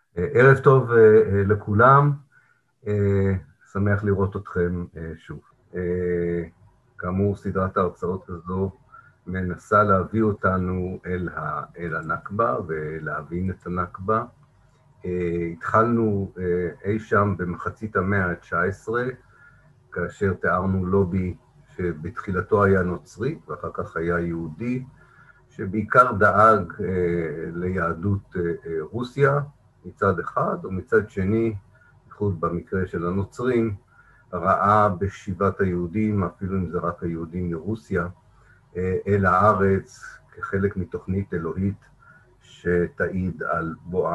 ערב טוב לכולם, שמח לראות אתכם שוב. כאמור, סדרת ההרצאות הזו מנסה להביא אותנו אל הנכבה ולהבין את הנכבה. התחלנו אי שם במחצית המאה ה-19, כאשר תיארנו לובי שבתחילתו היה נוצרי ואחר כך היה יהודי, שבעיקר דאג ליהדות רוסיה מצד אחד, ומצד שני, בייחוד במקרה של הנוצרים, ראה בשיבת היהודים, אפילו אם זה רק היהודים מרוסיה, אל הארץ כחלק מתוכנית אלוהית שתעיד על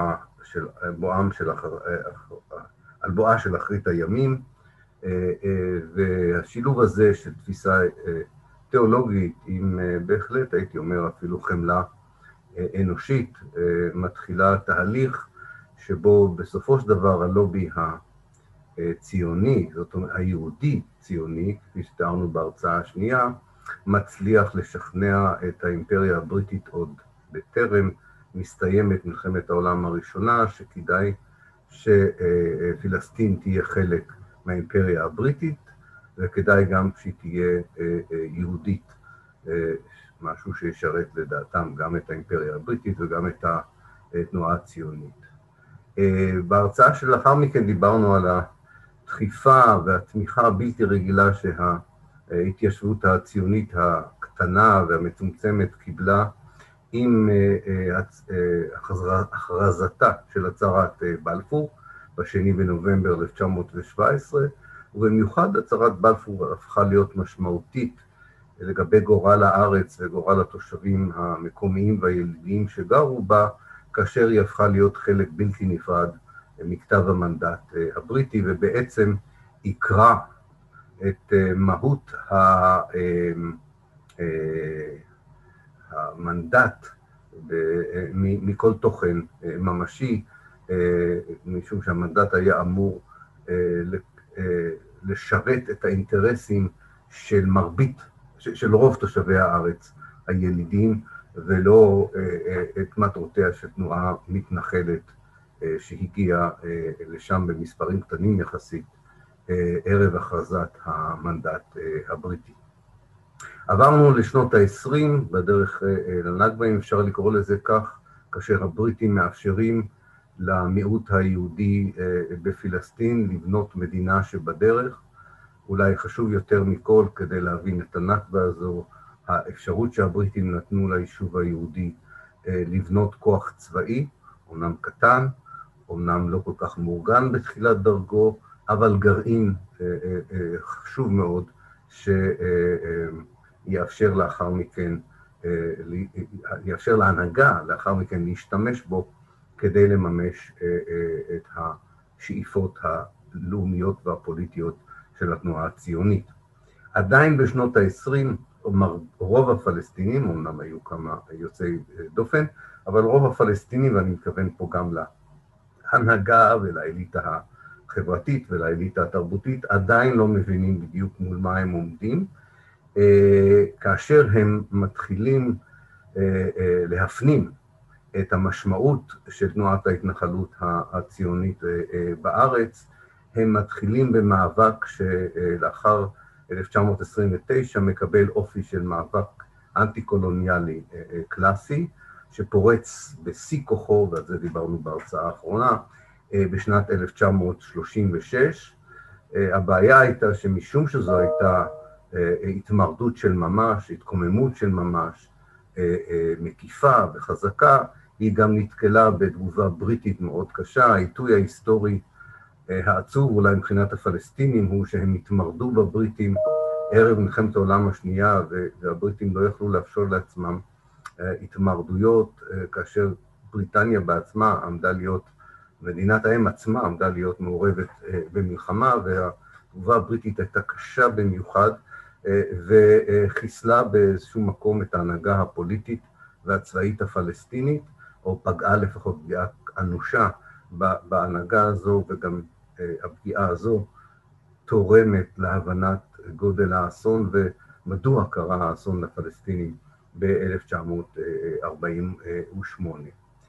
בואה של אחרית הימים, והשילוב הזה של תפיסה תיאולוגית, עם בהחלט, הייתי אומר, אפילו חמלה אנושית, מתחילה תהליך שבו בסופו של דבר הלובי הציוני, זאת אומרת היהודי ציוני, כפי שתיארנו בהרצאה השנייה, מצליח לשכנע את האימפריה הבריטית עוד בטרם מסתיימת מלחמת העולם הראשונה, שכדאי שפלסטין תהיה חלק מהאימפריה הבריטית, וכדאי גם שהיא תהיה יהודית, משהו שישרת לדעתם גם את האימפריה הבריטית וגם את התנועה הציונית. בהרצאה שלאחר מכן דיברנו על הדחיפה והתמיכה הבלתי רגילה שההתיישבות הציונית הקטנה והמצומצמת קיבלה עם הכרזתה של הצהרת בלפור ב2 בנובמבר 1917, ובמיוחד הצהרת בלפור הפכה להיות משמעותית לגבי גורל הארץ וגורל התושבים המקומיים והילידיים שגרו בה, כאשר היא הפכה להיות חלק בלתי נפרד מכתב המנדט הבריטי, ובעצם עיקרה את מהות המנדט מכל תוכן ממשי, משום שהמנדט היה אמור לשרת את האינטרסים של של רוב תושבי הארץ הילידים, ולא את מטרותיה של תנועה מתנחלת שהגיעה לשם במספרים קטנים יחסית ערב הכרזת המנדט הבריטי. עברנו לשנות ה-20 בדרך לנכבה, אם אפשר לקרוא לזה כך, כאשר הבריטים מאפשרים למיעוט היהודי בפלסטין לבנות מדינה שבדרך. אולי חשוב יותר מכל כדי להבין את הנכבה הזו, האפשרות שהבריטים נתנו ליישוב היהודי לבנות כוח צבאי, אומנם קטן, אומנם לא כל כך מאורגן בתחילת דרכו, אבל גרעין חשוב מאוד שיאפשר לאחר מכן, יאפשר להנהגה לאחר מכן להשתמש בו כדי לממש את השאיפות הלאומיות והפוליטיות של התנועה הציונית. עדיין בשנות ה-20, רוב הפלסטינים, אומנם היו כמה יוצאי דופן, אבל רוב הפלסטינים, ואני מתכוון פה גם להנהגה ולאליטה החברתית ולאליטה התרבותית, עדיין לא מבינים בדיוק מול מה הם עומדים, כאשר הם מתחילים להפנים את המשמעות של תנועת ההתנחלות הציונית בארץ. הם מתחילים במאבק שלאחר 1929 מקבל אופי של מאבק אנטי-קולוניאלי קלאסי, שפורץ בשיא כוחו, ועל זה דיברנו בהרצאה האחרונה, בשנת 1936. הבעיה הייתה שמשום שזו הייתה התמרדות של ממש, התקוממות של ממש, מקיפה וחזקה, היא גם נתקלה בתגובה בריטית מאוד קשה. העיתוי ההיסטורי העצוב אולי מבחינת הפלסטינים הוא שהם התמרדו בבריטים ערב מלחמת העולם השנייה, והבריטים לא יכלו לאפשר לעצמם התמרדויות, כאשר בריטניה בעצמה עמדה להיות, מדינת האם עצמה עמדה להיות מעורבת במלחמה, והתגובה הבריטית הייתה קשה במיוחד, וחיסלה באיזשהו מקום את ההנהגה הפוליטית והצבאית הפלסטינית, או פגעה לפחות פגיעה אנושה בהנהגה הזו, וגם הפגיעה הזו תורמת להבנת גודל האסון ומדוע קרה האסון לפלסטינים ב-1948.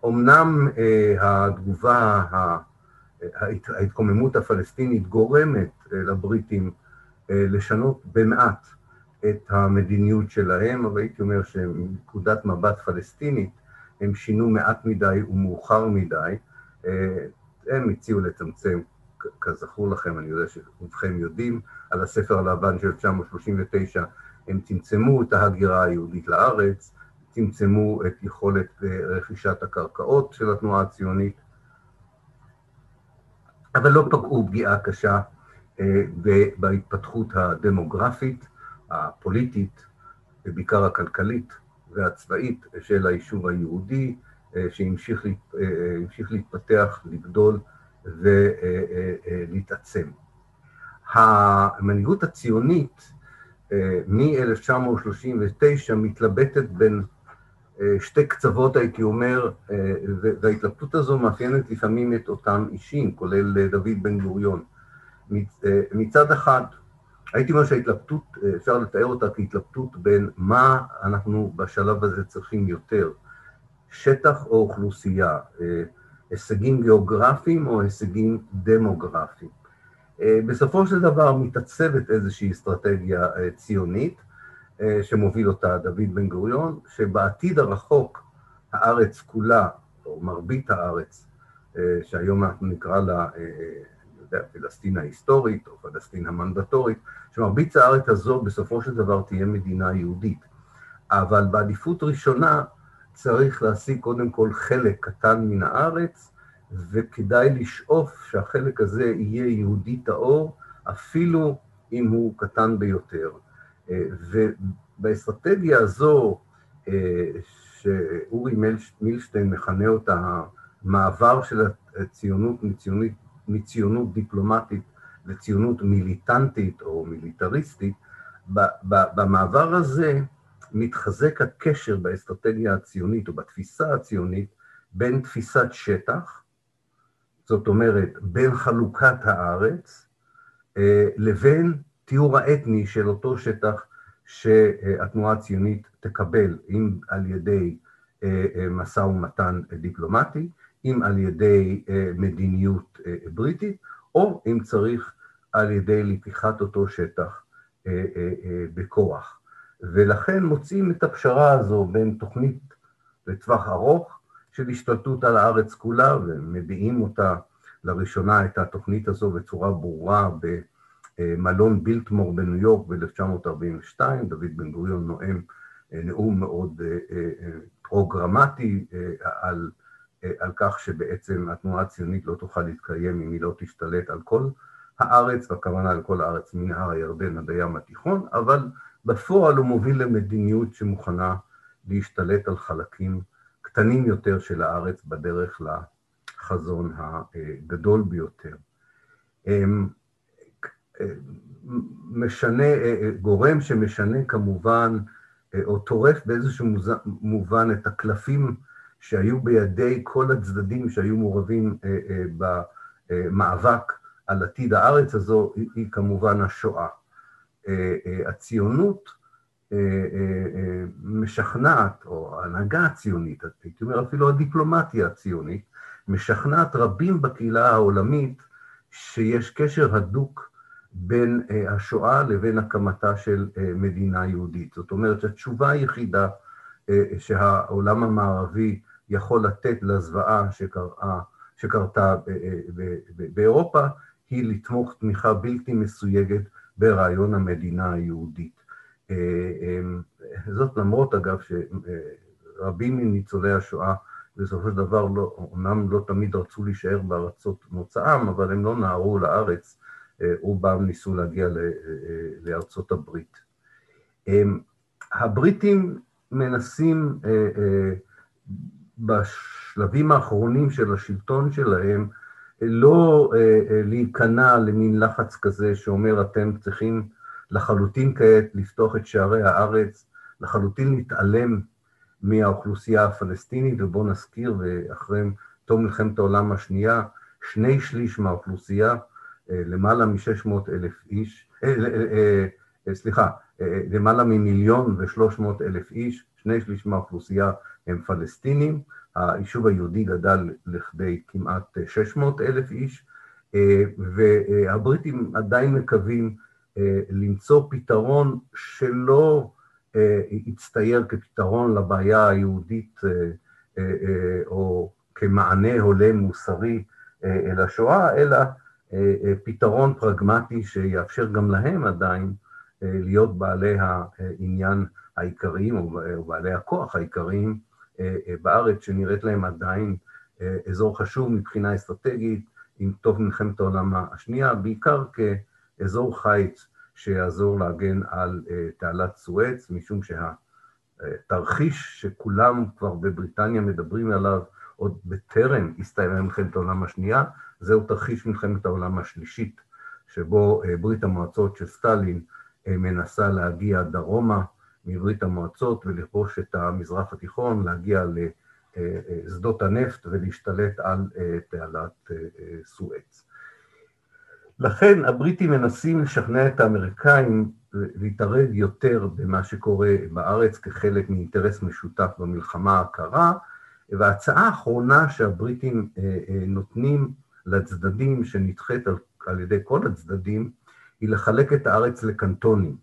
אמנם התגובה, ההתקוממות הפלסטינית גורמת לבריטים לשנות במעט את המדיניות שלהם, אבל הייתי אומר שמנקודת מבט פלסטינית הם שינו מעט מדי ומאוחר מדי. הם הציעו לצמצם, כזכור לכם, אני יודע שרובכם יודעים, על הספר הלבן של 1939, הם צמצמו את ההגירה היהודית לארץ, צמצמו את יכולת רכישת הקרקעות של התנועה הציונית, אבל לא פגעו פגיעה קשה בהתפתחות הדמוגרפית, הפוליטית, ובעיקר הכלכלית והצבאית של היישוב היהודי, שהמשיך להתפתח, לגדול ולהתעצם. המנהיגות הציונית מ-1939 מתלבטת בין שתי קצוות, הייתי אומר, וההתלבטות הזו מאפיינת לפעמים את אותם אישים, כולל דוד בן גוריון. מצד אחד, הייתי אומר שההתלבטות, אפשר לתאר אותה כהתלבטות בין מה אנחנו בשלב הזה צריכים יותר, שטח או אוכלוסייה, הישגים גיאוגרפיים או הישגים דמוגרפיים. בסופו של דבר מתעצבת איזושהי אסטרטגיה ציונית, שמוביל אותה דוד בן גוריון, שבעתיד הרחוק הארץ כולה, או מרבית הארץ, שהיום אנחנו נקרא לה, פלסטין ההיסטורית או פלסטין המנדטורית, שמרבית הארץ הזו בסופו של דבר תהיה מדינה יהודית. אבל בעדיפות ראשונה צריך להשיג קודם כל חלק קטן מן הארץ, וכדאי לשאוף שהחלק הזה יהיה יהודי טהור, אפילו אם הוא קטן ביותר. ובאסטרטגיה הזו, שאורי מילשטיין מכנה אותה, המעבר של הציונות מציונות דיפלומטית לציונות מיליטנטית או מיליטריסטית, במעבר הזה מתחזק הקשר באסטרטגיה הציונית או בתפיסה הציונית בין תפיסת שטח, זאת אומרת בין חלוקת הארץ, לבין תיאור האתני של אותו שטח שהתנועה הציונית תקבל, אם על ידי משא ומתן דיפלומטי, אם על ידי מדיניות בריטית, או אם צריך על ידי לקיחת אותו שטח בכוח. ולכן מוצאים את הפשרה הזו בין תוכנית לטווח ארוך של השתלטות על הארץ כולה, ומביאים אותה לראשונה את התוכנית הזו בצורה ברורה במלון בילטמור בניו יורק ב-1942, דוד בן גוריון נואם נאום מאוד פרוגרמטי על כך שבעצם התנועה הציונית לא תוכל להתקיים אם היא לא תשתלט על כל הארץ, והכוונה על כל הארץ מנהר הירדן עד הים התיכון, אבל בפועל הוא מוביל למדיניות שמוכנה להשתלט על חלקים קטנים יותר של הארץ בדרך לחזון הגדול ביותר. גורם שמשנה כמובן, או טורף באיזשהו מובן את הקלפים שהיו בידי כל הצדדים שהיו מעורבים במאבק על עתיד הארץ הזו, היא כמובן השואה. הציונות משכנעת, או ההנהגה הציונית, הייתי אומר אפילו הדיפלומטיה הציונית, משכנעת רבים בקהילה העולמית שיש קשר הדוק בין השואה לבין הקמתה של מדינה יהודית. זאת אומרת שהתשובה היחידה שהעולם המערבי יכול לתת לזוועה שקרתה באירופה, היא לתמוך תמיכה בלתי מסויגת ברעיון המדינה היהודית. זאת למרות אגב שרבים מניצולי השואה בסופו של דבר אומנם לא תמיד רצו להישאר בארצות מוצאם, אבל הם לא נערו לארץ, רובם ניסו להגיע לארצות הברית. הבריטים מנסים בשלבים האחרונים של השלטון שלהם לא להיכנע למין לחץ כזה שאומר אתם צריכים לחלוטין כעת לפתוח את שערי הארץ, לחלוטין להתעלם מהאוכלוסייה הפלסטינית, ובואו נזכיר, ואחרי תום מלחמת העולם השנייה, 2/3 מהאוכלוסייה, למעלה מ-600,000 איש, למעלה מ1,300,000 איש, 2/3 מהאוכלוסייה הם פלסטינים, היישוב היהודי גדל לכדי כמעט 600,000 איש, והבריטים עדיין מקווים למצוא פתרון שלא יצטייר כפתרון לבעיה היהודית או כמענה הולם מוסרי לשואה, אלא פתרון פרגמטי שיאפשר גם להם עדיין להיות בעלי העניין העיקריים או בעלי הכוח העיקריים בארץ, שנראית להם עדיין אזור חשוב מבחינה אסטרטגית, עם תום מלחמת העולם השנייה, בעיקר כאזור חיץ שיעזור להגן על תעלת סואץ, משום שהתרחיש שכולם כבר בבריטניה מדברים עליו עוד בטרם הסתיימה מלחמת העולם השנייה, זהו תרחיש מלחמת העולם השלישית, שבו ברית המועצות של סטלין מנסה להגיע דרומה מברית המועצות ולכבוש את המזרח התיכון, להגיע לשדות הנפט ולהשתלט על תעלת סואץ. לכן הבריטים מנסים לשכנע את האמריקאים להתערב יותר במה שקורה בארץ כחלק מאינטרס משותף במלחמה הקרה, וההצעה האחרונה שהבריטים נותנים לצדדים, שנדחית על ידי כל הצדדים, היא לחלק את הארץ לקנטונים,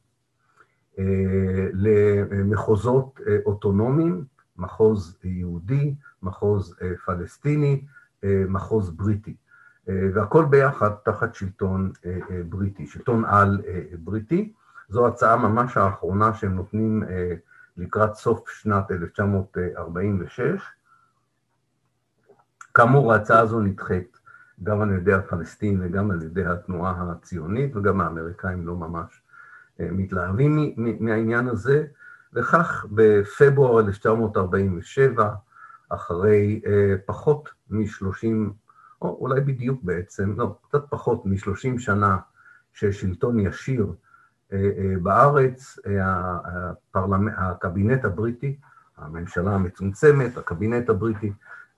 למחוזות אוטונומיים, מחוז יהודי, מחוז פלסטיני, מחוז בריטי, והכל ביחד תחת שלטון בריטי, שלטון על בריטי. זו הצעה ממש האחרונה שהם נותנים לקראת סוף שנת 1946. כאמור, ההצעה הזו נדחית גם על ידי הפלסטינים וגם על ידי התנועה הציונית, וגם האמריקאים לא ממש מתלהבים מהעניין הזה, וכך בפברואר 1947, אחרי פחות מ-30, או אולי בדיוק בעצם, לא, קצת פחות מ-30 שנה של שלטון ישיר בארץ, הקבינט הבריטי, הממשלה המצומצמת, הקבינט הבריטי,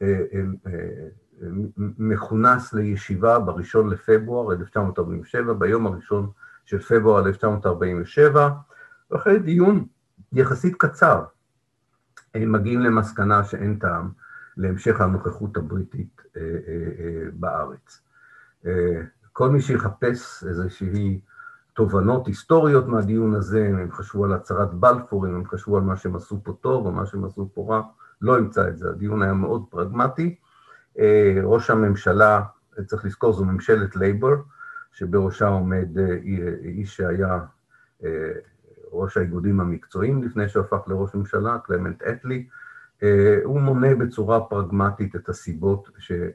מכונס לישיבה ב-1 לפברואר 1947, ביום הראשון של פברואר 1947, ואחרי דיון יחסית קצר, הם מגיעים למסקנה שאין טעם להמשך הנוכחות הבריטית בארץ. כל מי שיחפש איזושהי תובנות היסטוריות מהדיון הזה, אם הם חשבו על הצהרת בלפור, אם הם חשבו על מה שהם עשו פה טוב או מה שהם עשו פה רע, לא ימצא את זה. הדיון היה מאוד פרגמטי. ראש הממשלה, צריך לזכור, זו ממשלת לייבור, שבראשה עומד איש שהיה ראש האיגודים המקצועיים לפני שהפך לראש ממשלה, קלמנט אטלי. הוא מונה בצורה פרגמטית את הסיבות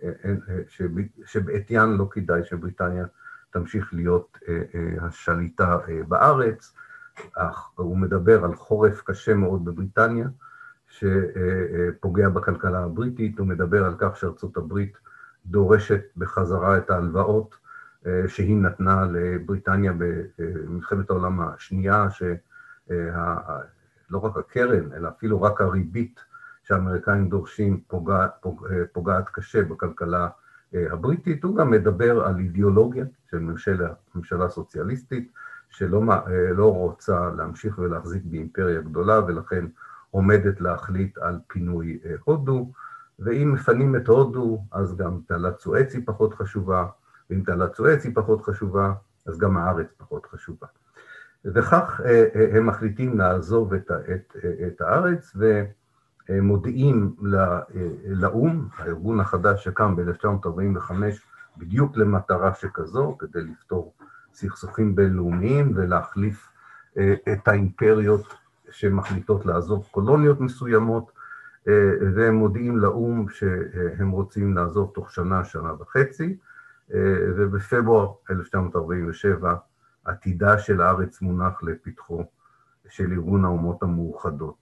שבעטיין לא כדאי שבריטניה תמשיך להיות השליטה בארץ. הוא מדבר על חורף קשה מאוד בבריטניה, שפוגע בכלכלה הבריטית. הוא מדבר על כך שארצות הברית דורשת בחזרה את ההלוואות שהיא נתנה לבריטניה במלחמת העולם השנייה, שלא רק הקרן, אלא אפילו רק הריבית שהאמריקאים דורשים פוגעת קשה בכלכלה הבריטית. הוא גם מדבר על אידיאולוגיה של ממשלה סוציאליסטית, שלא רוצה להמשיך ולהחזיק באימפריה גדולה, ולכן עומדת להחליט על פינוי הודו, ואם מפנים את הודו, אז גם תעלת סואץ היא פחות חשובה, ואם תעלת סואץ היא פחות חשובה, אז גם הארץ פחות חשובה. וכך הם מחליטים לעזוב את הארץ, ומודיעים לאום, הארגון החדש שקם ב-1945, בדיוק למטרה שכזו, כדי לפתור סכסוכים בינלאומיים ולהחליף את האימפריות שמחליטות לעזוב קולוניות מסוימות, והם מודיעים לאום שהם רוצים לעזוב תוך שנה, שנה וחצי, ובפברואר 1947 עתידה של הארץ מונח לפתחו של ארגון האומות המאוחדות.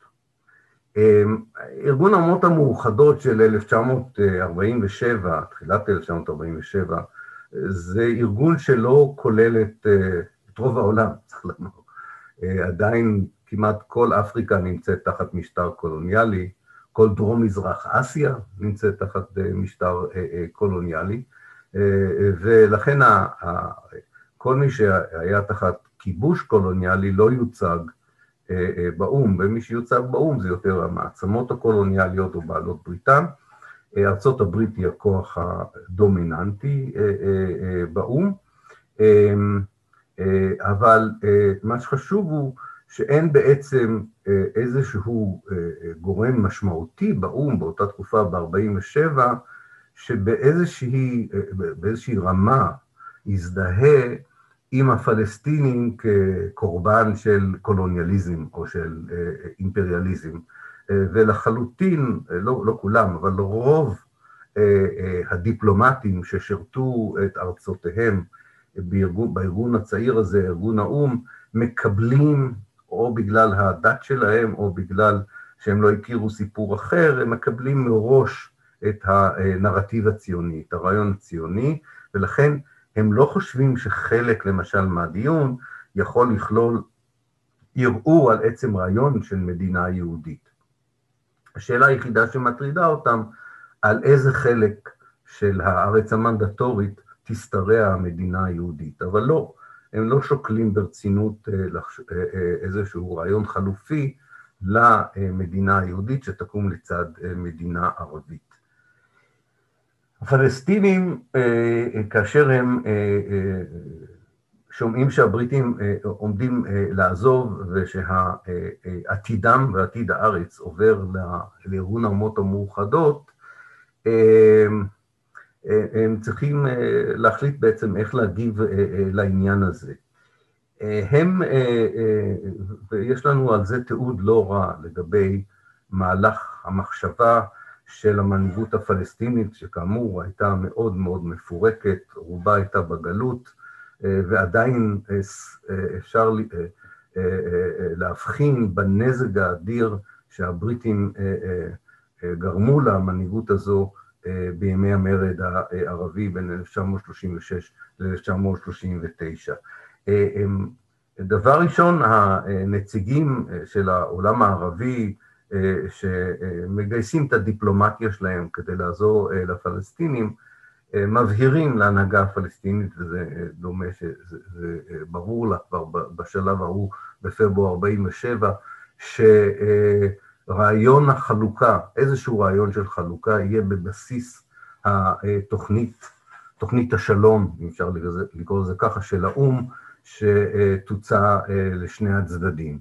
ארגון האומות המאוחדות של 1947, תחילת 1947, זה ארגון שלא כולל את רוב העולם, צריך לומר. עדיין כמעט כל אפריקה נמצאת תחת משטר קולוניאלי, כל דרום מזרח אסיה נמצאת תחת משטר קולוניאלי, ולכן כל מי שהיה תחת כיבוש קולוניאלי לא יוצג באום, ומי שיוצג באום זה יותר המעצמות הקולוניאליות או בעלות בריתן, ארצות הברית היא הכוח הדומיננטי באו"ם, אבל מה שחשוב הוא שאין בעצם איזשהו גורם משמעותי באו"ם באותה תקופה ב-47, שבאיזושהי רמה יזדהה עם הפלסטינים כקורבן של קולוניאליזם או של אימפריאליזם, ולחלוטין, לא כולם, אבל לרוב הדיפלומטים ששירתו את ארצותיהם בארגון הצעיר הזה, ארגון האו"ם, מקבלים, או בגלל הדת שלהם, או בגלל שהם לא הכירו סיפור אחר, הם מקבלים מראש את הנרטיב הציוני, את הרעיון הציוני, ולכן הם לא חושבים שחלק, למשל, מהדיון יכול לכלול ערעור על עצם רעיון של מדינה יהודית. השאלה היחידה שמטרידה אותם, על איזה חלק של הארץ המנדטורית תשתרע המדינה היהודית, אבל לא, הם לא שוקלים ברצינות איזשהו רעיון חלופי למדינה היהודית שתקום לצד מדינה ערבית. הפלסטינים, כאשר הם שומעים שהבריטים עומדים לעזוב ושהעתידם ועתיד הארץ עובר לארגון האומות המאוחדות, הם צריכים להחליט בעצם איך להגיב לעניין הזה. ויש לנו על זה תיעוד לא רע לגבי מהלך המחשבה של המנהיגות הפלסטינית, שכאמור הייתה מאוד מאוד מפורקת, רובה הייתה בגלות, ועדיין אפשר להבחין בנזק האדיר שהבריטים גרמו למנהיגות הזו בימי המרד הערבי בין 1936 ל-1939. דבר ראשון, הנציגים של העולם הערבי שמגייסים את הדיפלומטיה שלהם כדי לעזור לפלסטינים, מבהירים להנהגה הפלסטינית, וזה דומה שזה ברור לה כבר בשלב ההוא בפברואר 47, שרעיון החלוקה, איזשהו רעיון של חלוקה, יהיה בבסיס תוכנית השלום, אם אפשר לקרוא לזה ככה, של האו"ם, שתוצא לשני הצדדים.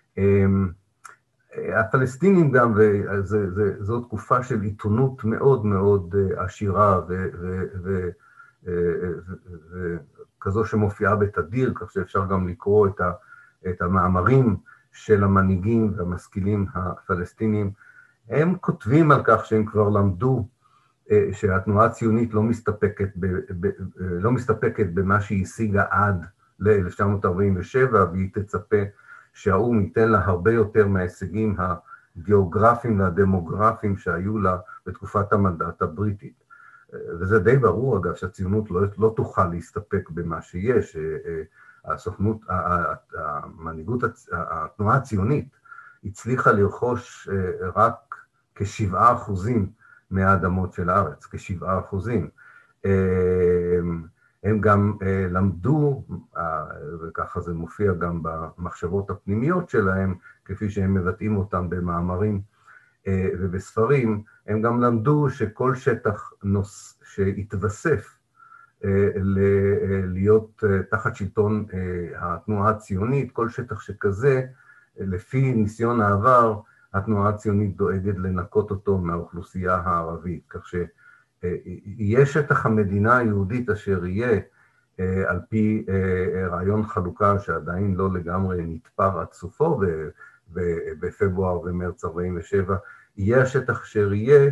הפלסטינים גם, וזו תקופה של עיתונות מאוד מאוד עשירה וכזו שמופיעה בתדיר, כך שאפשר גם לקרוא את המאמרים של המנהיגים והמשכילים הפלסטינים. הם כותבים על כך שהם כבר למדו שהתנועה הציונית לא מסתפקת במה שהיא השיגה עד ל-1947, והיא תצפה שהאו"ם ייתן לה הרבה יותר מההישגים הגיאוגרפיים והדמוגרפיים שהיו לה בתקופת המנדט הבריטית. וזה די ברור, אגב, שהציונות לא תוכל להסתפק במה שיש. הסוכנות, המנהיגות, התנועה הציונית הצליחה לרכוש רק כ7% מהאדמות של הארץ, כ7%. הם גם למדו, וככה זה מופיע גם במחשבות הפנימיות שלהם, כפי שהם מבטאים אותם במאמרים ובספרים, הם גם למדו שכל שטח שהתווסף להיות תחת שלטון התנועה הציונית, כל שטח שכזה, לפי ניסיון העבר, התנועה הציונית דואגת לנקות אותו מהאוכלוסייה הערבית, כך שיהיה שטח המדינה היהודית אשר יהיה, על פי רעיון חלוקה שעדיין לא לגמרי נתפר עד סופו בפברואר ומרץ 47, יהיה השטח אשר יהיה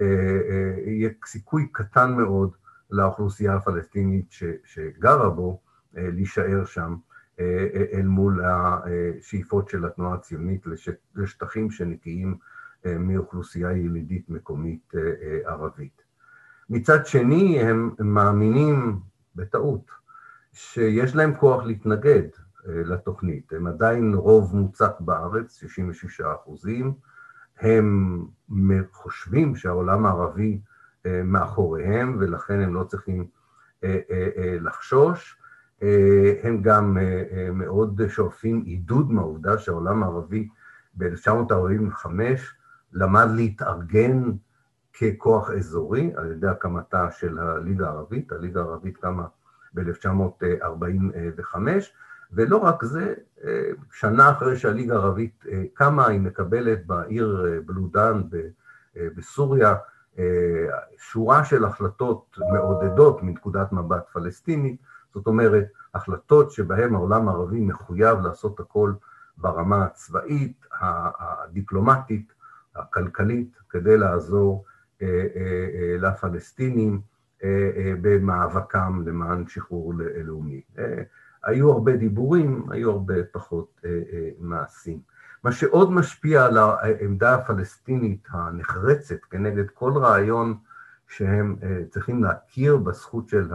סיכוי קטן מאוד לאוכלוסייה הפלסטינית שגרה בו להישאר שם, אל מול השאיפות של התנועה הציונית לשטחים שנקיים מאוכלוסייה ילידית מקומית ערבית. מצד שני, הם מאמינים בטעות שיש להם כוח להתנגד לתוכנית. הם עדיין רוב מוצק בארץ, 66%. הם חושבים שהעולם הערבי מאחוריהם, ולכן הם לא צריכים לחשוש. הם גם מאוד שואפים עידוד מהעובדה שהעולם הערבי ב-1945 למד להתארגן ככוח אזורי, על ידי הקמתה של הליגה הערבית. הליגה הערבית קמה ב-1945, ולא רק זה, שנה אחרי שהליגה הערבית קמה, היא מקבלת בעיר בלודן בסוריה, שורה של החלטות מעודדות מנקודת מבט פלסטינית, זאת אומרת, החלטות שבהן העולם הערבי מחויב לעשות הכל ברמה הצבאית, הדיפלומטית, הכלכלית, כדי לעזור לפלסטינים במאבקם למען שחרור לאומי. היו הרבה דיבורים, היו הרבה פחות מעשים. מה שעוד משפיע על העמדה הפלסטינית הנחרצת כנגד כל רעיון שהם צריכים להכיר בזכות של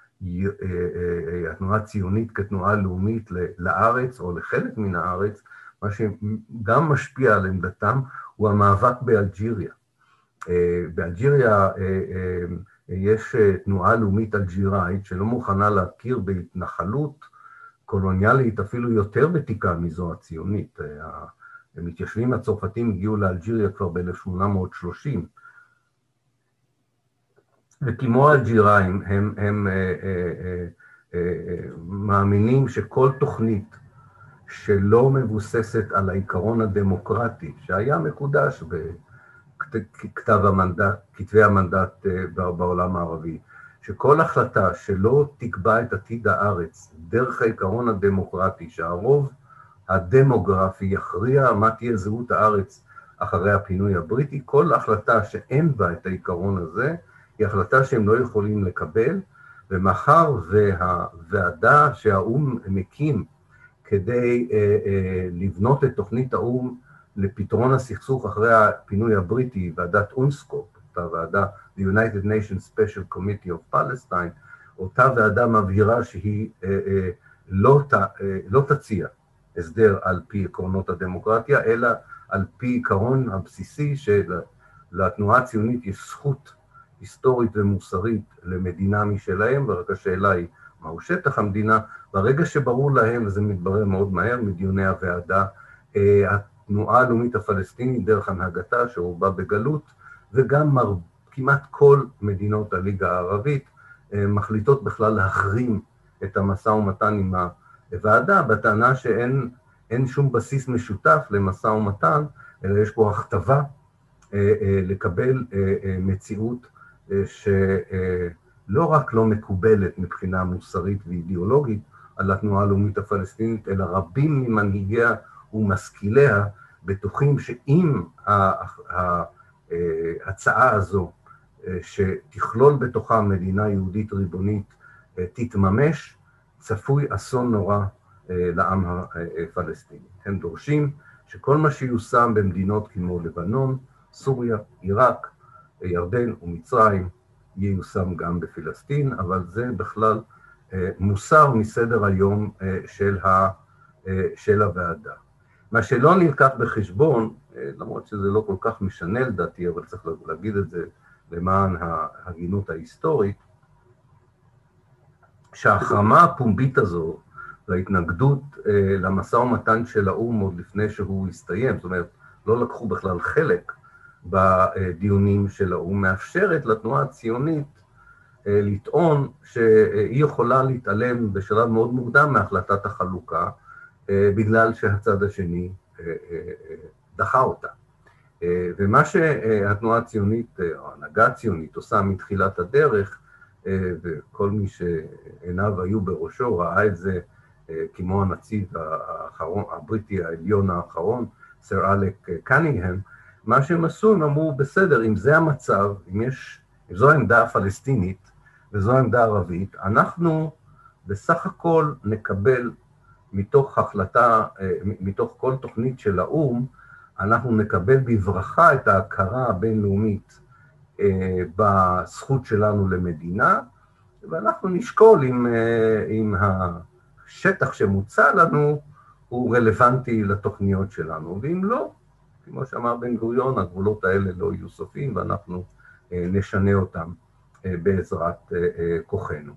התנועה הציונית כתנועה לאומית לארץ או לחלק מן הארץ, מה שגם משפיע על עמדתם הוא המאבק באלג'יריה. באלג'יריה יש תנועה לאומית אלג'יראית שלא מוכנה להכיר בהתנחלות קולוניאלית אפילו יותר ותיקה מזו הציונית. המתיישבים הצרפתים הגיעו לאלג'יריה כבר ב-1830, וכמו האלג'יראים הם מאמינים שכל תוכנית שלא מבוססת על העיקרון הדמוקרטי, שהיה מקודש בכתבי המנדט בעולם הערבי, שכל החלטה שלא תקבע את עתיד הארץ דרך העיקרון הדמוקרטי, שהרוב הדמוגרפי יכריע מה תהיה זהות הארץ אחרי הפינוי הבריטי, כל החלטה שאין בה את העיקרון הזה, היא החלטה שהם לא יכולים לקבל, ומאחר והוועדה שהאו"ם מקים כדי לבנות את תוכנית האו"ם לפתרון הסכסוך אחרי הפינוי הבריטי, ועדת אונסקופ, אותה ועדה, the United Nations Special Committee of Palestine, אותה ועדה מבהירה שהיא לא תציע הסדר על פי עקרונות הדמוקרטיה, אלא על פי עיקרון הבסיסי שלתנועה הציונית יש זכות היסטורית ומוסרית למדינה משלהם, ורק השאלה היא מהו שטח המדינה. ברגע שברור להם, וזה מתברר מאוד מהר מדיוני הוועדה, התנועה הלאומית הפלסטינית דרך הנהגתה שהובא בגלות, וגם כמעט כל מדינות הליגה הערבית מחליטות בכלל להחרים את המשא ומתן עם הוועדה, בטענה שאין שום בסיס משותף למשא ומתן, אלא יש פה הכתבה לקבל מציאות שלא רק לא מקובלת מבחינה מוסרית ואידיאולוגית על התנועה הלאומית הפלסטינית, אלא רבים ממנהיגיה ומשכיליה בטוחים שאם ההצעה הזו שתכלול בתוכה מדינה יהודית ריבונית תתממש, צפוי אסון נורא לעם הפלסטיני. הם דורשים שכל מה שיושם במדינות כמו לבנון, סוריה, עיראק, ירדן ומצרים ייושם גם בפלסטין, אבל זה בכלל מוסר מסדר היום של הוועדה. מה שלא נלקח בחשבון, למרות שזה לא כל כך משנה לדעתי, אבל צריך להגיד את זה למען ההגינות ההיסטורית, שההחרמה הפומבית הזו וההתנגדות למשא ומתן של האו"ם עוד לפני שהוא הסתיים, זאת אומרת, לא לקחו בכלל חלק בדיונים של האו"ם, מאפשרת לתנועה הציונית לטעון שהיא יכולה להתעלם בשלב מאוד מוקדם מהחלטת החלוקה, בגלל שהצד השני דחה אותה. ומה שהתנועה הציונית, או ההנהגה הציונית, עושה מתחילת הדרך, וכל מי שעיניו היו בראשו ראה את זה כמו הנציב הבריטי העליון האחרון, סר אלק קנינגהם, מה שהם עשו, הם אמרו, בסדר, אם זה המצב, אם זו העמדה הפלסטינית וזו העמדה הערבית, אנחנו בסך הכל נקבל מתוך כל תוכנית של האו"ם, אנחנו נקבל בברכה את ההכרה הבינלאומית בזכות שלנו למדינה, ואנחנו נשקול אם השטח שמוצע לנו הוא רלוונטי לתוכניות שלנו, ואם לא, כמו שאמר בן גוריון, הגבולות האלה לא יהיו סופיים, ואנחנו נשנה אותם בעזרת כוחנו.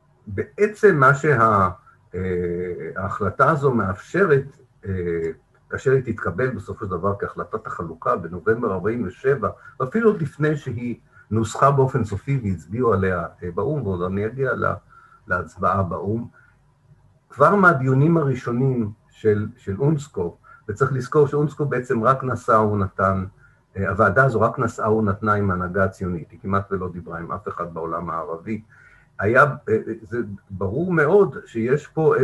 בעצם מה שההחלטה הזו מאפשרת, כאשר היא תתקבל בסופו של דבר כהחלטת החלוקה בנובמבר 47, ואפילו עוד לפני שהיא נוסחה באופן סופי והצביעו עליה באום, ועוד אני אגיע להצבעה באום, כבר מהדיונים הראשונים של אונסקו, וצריך לזכור שאונסקו בעצם רק נשא ונתן, הוועדה הזו רק נשאה ונתנה עם ההנהגה הציונית, היא כמעט ולא דיברה עם אף אחד בעולם הערבי. זה ברור מאוד שיש פה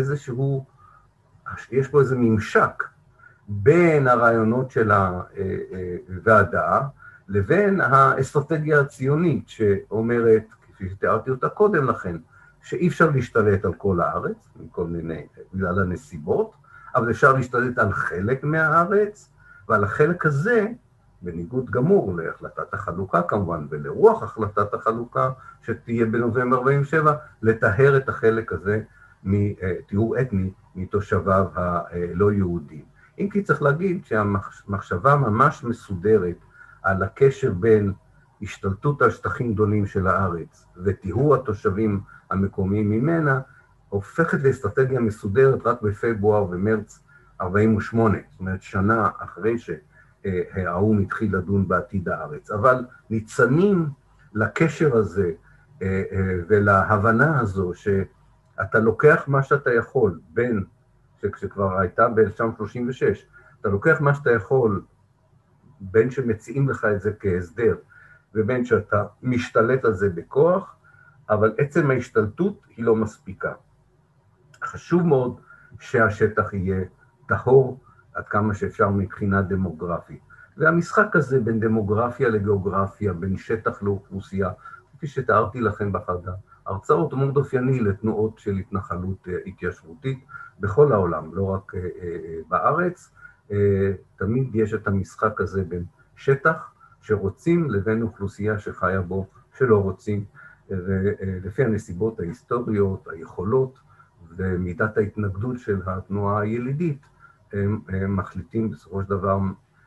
איזה ממשק בין הרעיונות של הוועדה לבין האסטרטגיה הציונית שאומרת, כפי שתיארתי אותה קודם לכן, שאי אפשר להשתלט על כל הארץ, בגלל הנסיבות, אבל אפשר להשתלט על חלק מהארץ, ועל החלק הזה, בניגוד גמור להחלטת החלוקה כמובן, ולרוח החלטת החלוקה שתהיה בנובמבר 47, לטהר את החלק הזה מטיהור אתני מתושביו הלא יהודים. אם כי צריך להגיד שהמחשבה ממש מסודרת על הקשר בין השתלטות על שטחים גדולים של הארץ וטיהור התושבים המקומיים ממנה, הופכת לאסטרטגיה מסודרת רק בפברואר ומרץ 48, זאת אומרת שנה אחרי שהאו"ם התחיל לדון בעתיד הארץ. אבל ניצנים לקשר הזה ולהבנה הזו שאתה לוקח מה שאתה יכול, בין שכבר הייתה ב-1936, אתה לוקח מה שאתה יכול בין שמציעים לך את זה כהסדר, ובין שאתה משתלט על זה בכוח, אבל עצם ההשתלטות היא לא מספיקה. חשוב מאוד שהשטח יהיה טהור עד כמה שאפשר מבחינה דמוגרפית. והמשחק הזה בין דמוגרפיה לגיאוגרפיה, בין שטח לאוכלוסייה, כפי שתיארתי לכם באחד ההרצאות, מאוד אופייני לתנועות של התנחלות התיישבותית בכל העולם, לא רק בארץ. תמיד יש את המשחק הזה בין שטח שרוצים לבין אוכלוסייה שחיה בו שלא רוצים, ולפי הנסיבות ההיסטוריות, היכולות ומידת ההתנגדות של התנועה הילידית, הם מחליטים בסופו של דבר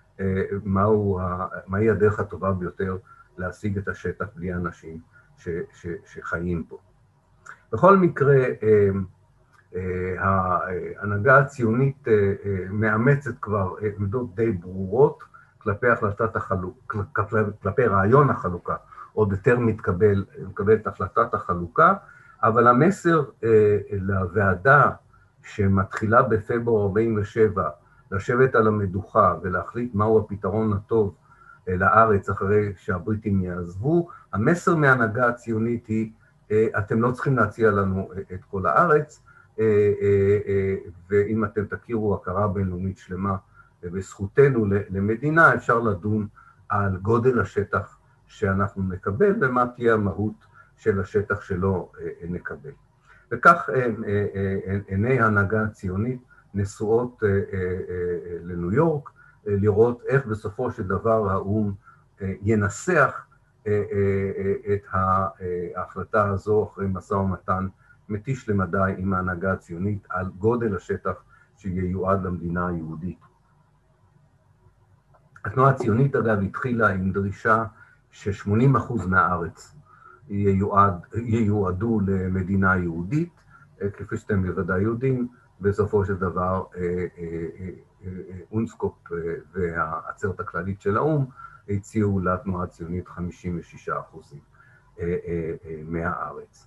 מהי הדרך הטובה ביותר להשיג את השטח בלי אנשים שחיים פה. בכל מקרה, ההנהגה הציונית מאמצת כבר עמדות די ברורות כלפי כלפי רעיון החלוקה, עוד יותר מתקבלת החלטת החלוקה, אבל המסר לוועדה שמתחילה בפברואר 47 לשבת על המדוכה ולהחליט מהו הפתרון הטוב לארץ אחרי שהבריטים יעזבו, המסר מההנהגה הציונית היא, אתם לא צריכים להציע לנו את כל הארץ, ואם אתם תכירו הכרה בינלאומית שלמה בזכותנו למדינה, אפשר לדון על גודל השטח שאנחנו נקבל ומה תהיה המהות של השטח שלא נקבל. וכך עיני ההנהגה הציונית נשואות לניו יורק, לראות איך בסופו של דבר האו"ם ינסח את ההחלטה הזו אחרי משא ומתן מתיש למדי עם ההנהגה הציונית על גודל השטח שייועד למדינה היהודית. התנועה הציונית אגב התחילה עם דרישה ש80% מהארץ ייועדו למדינה יהודית, כפי שאתם בוודאי יודעים, בסופו של דבר אונסקופ והעצרת הכללית של האו"ם הציעו לתנועה הציונית 56% מהארץ.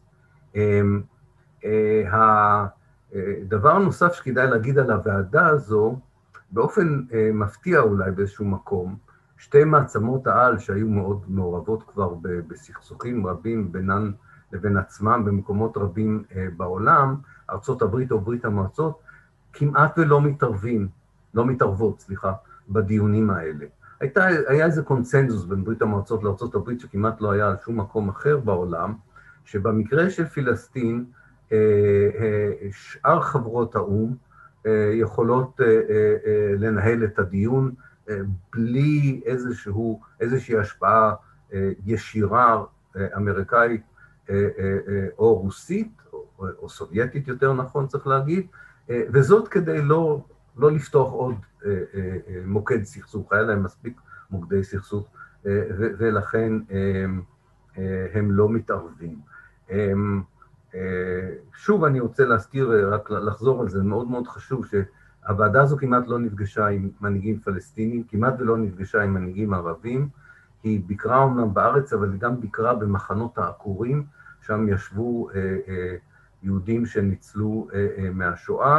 הדבר נוסף שכדאי להגיד על הוועדה הזו, באופן מפתיע אולי באיזשהו מקום, שתי מעצמות העל שהיו מאוד מעורבות כבר בסכסוכים רבים בינן לבין עצמם במקומות רבים בעולם, ארצות הברית או ברית המועצות, כמעט ולא מתערבות, בדיונים האלה. היה איזה קונצנזוס בין ברית המועצות לארצות הברית שכמעט לא היה על שום מקום אחר בעולם, שבמקרה של פלסטין, שאר חברות האו"ם יכולות לנהל את הדיון בלי איזושהי השפעה ישירה אמריקאית או רוסית, או סובייטית יותר נכון צריך להגיד, וזאת כדי לא לפתוח עוד מוקד סכסוך, היה להם מספיק מוקדי סכסוך, ולכן הם לא מתערבים. שוב אני רוצה להזכיר, רק לחזור על זה, מאוד מאוד חשוב הוועדה הזו כמעט לא נפגשה עם מנהיגים פלסטינים, כמעט ולא נפגשה עם מנהיגים ערבים, היא ביקרה אומנם בארץ, אבל היא גם ביקרה במחנות העקורים, שם ישבו יהודים שניצלו מהשואה,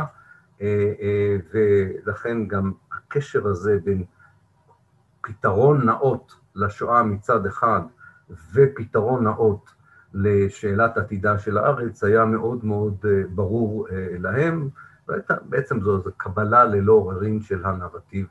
ולכן גם הקשר הזה בין פתרון נאות לשואה מצד אחד, ופתרון נאות לשאלת עתידה של הארץ, היה מאוד מאוד ברור להם, בעצם זו קבלה ללא עוררין של הנרטיב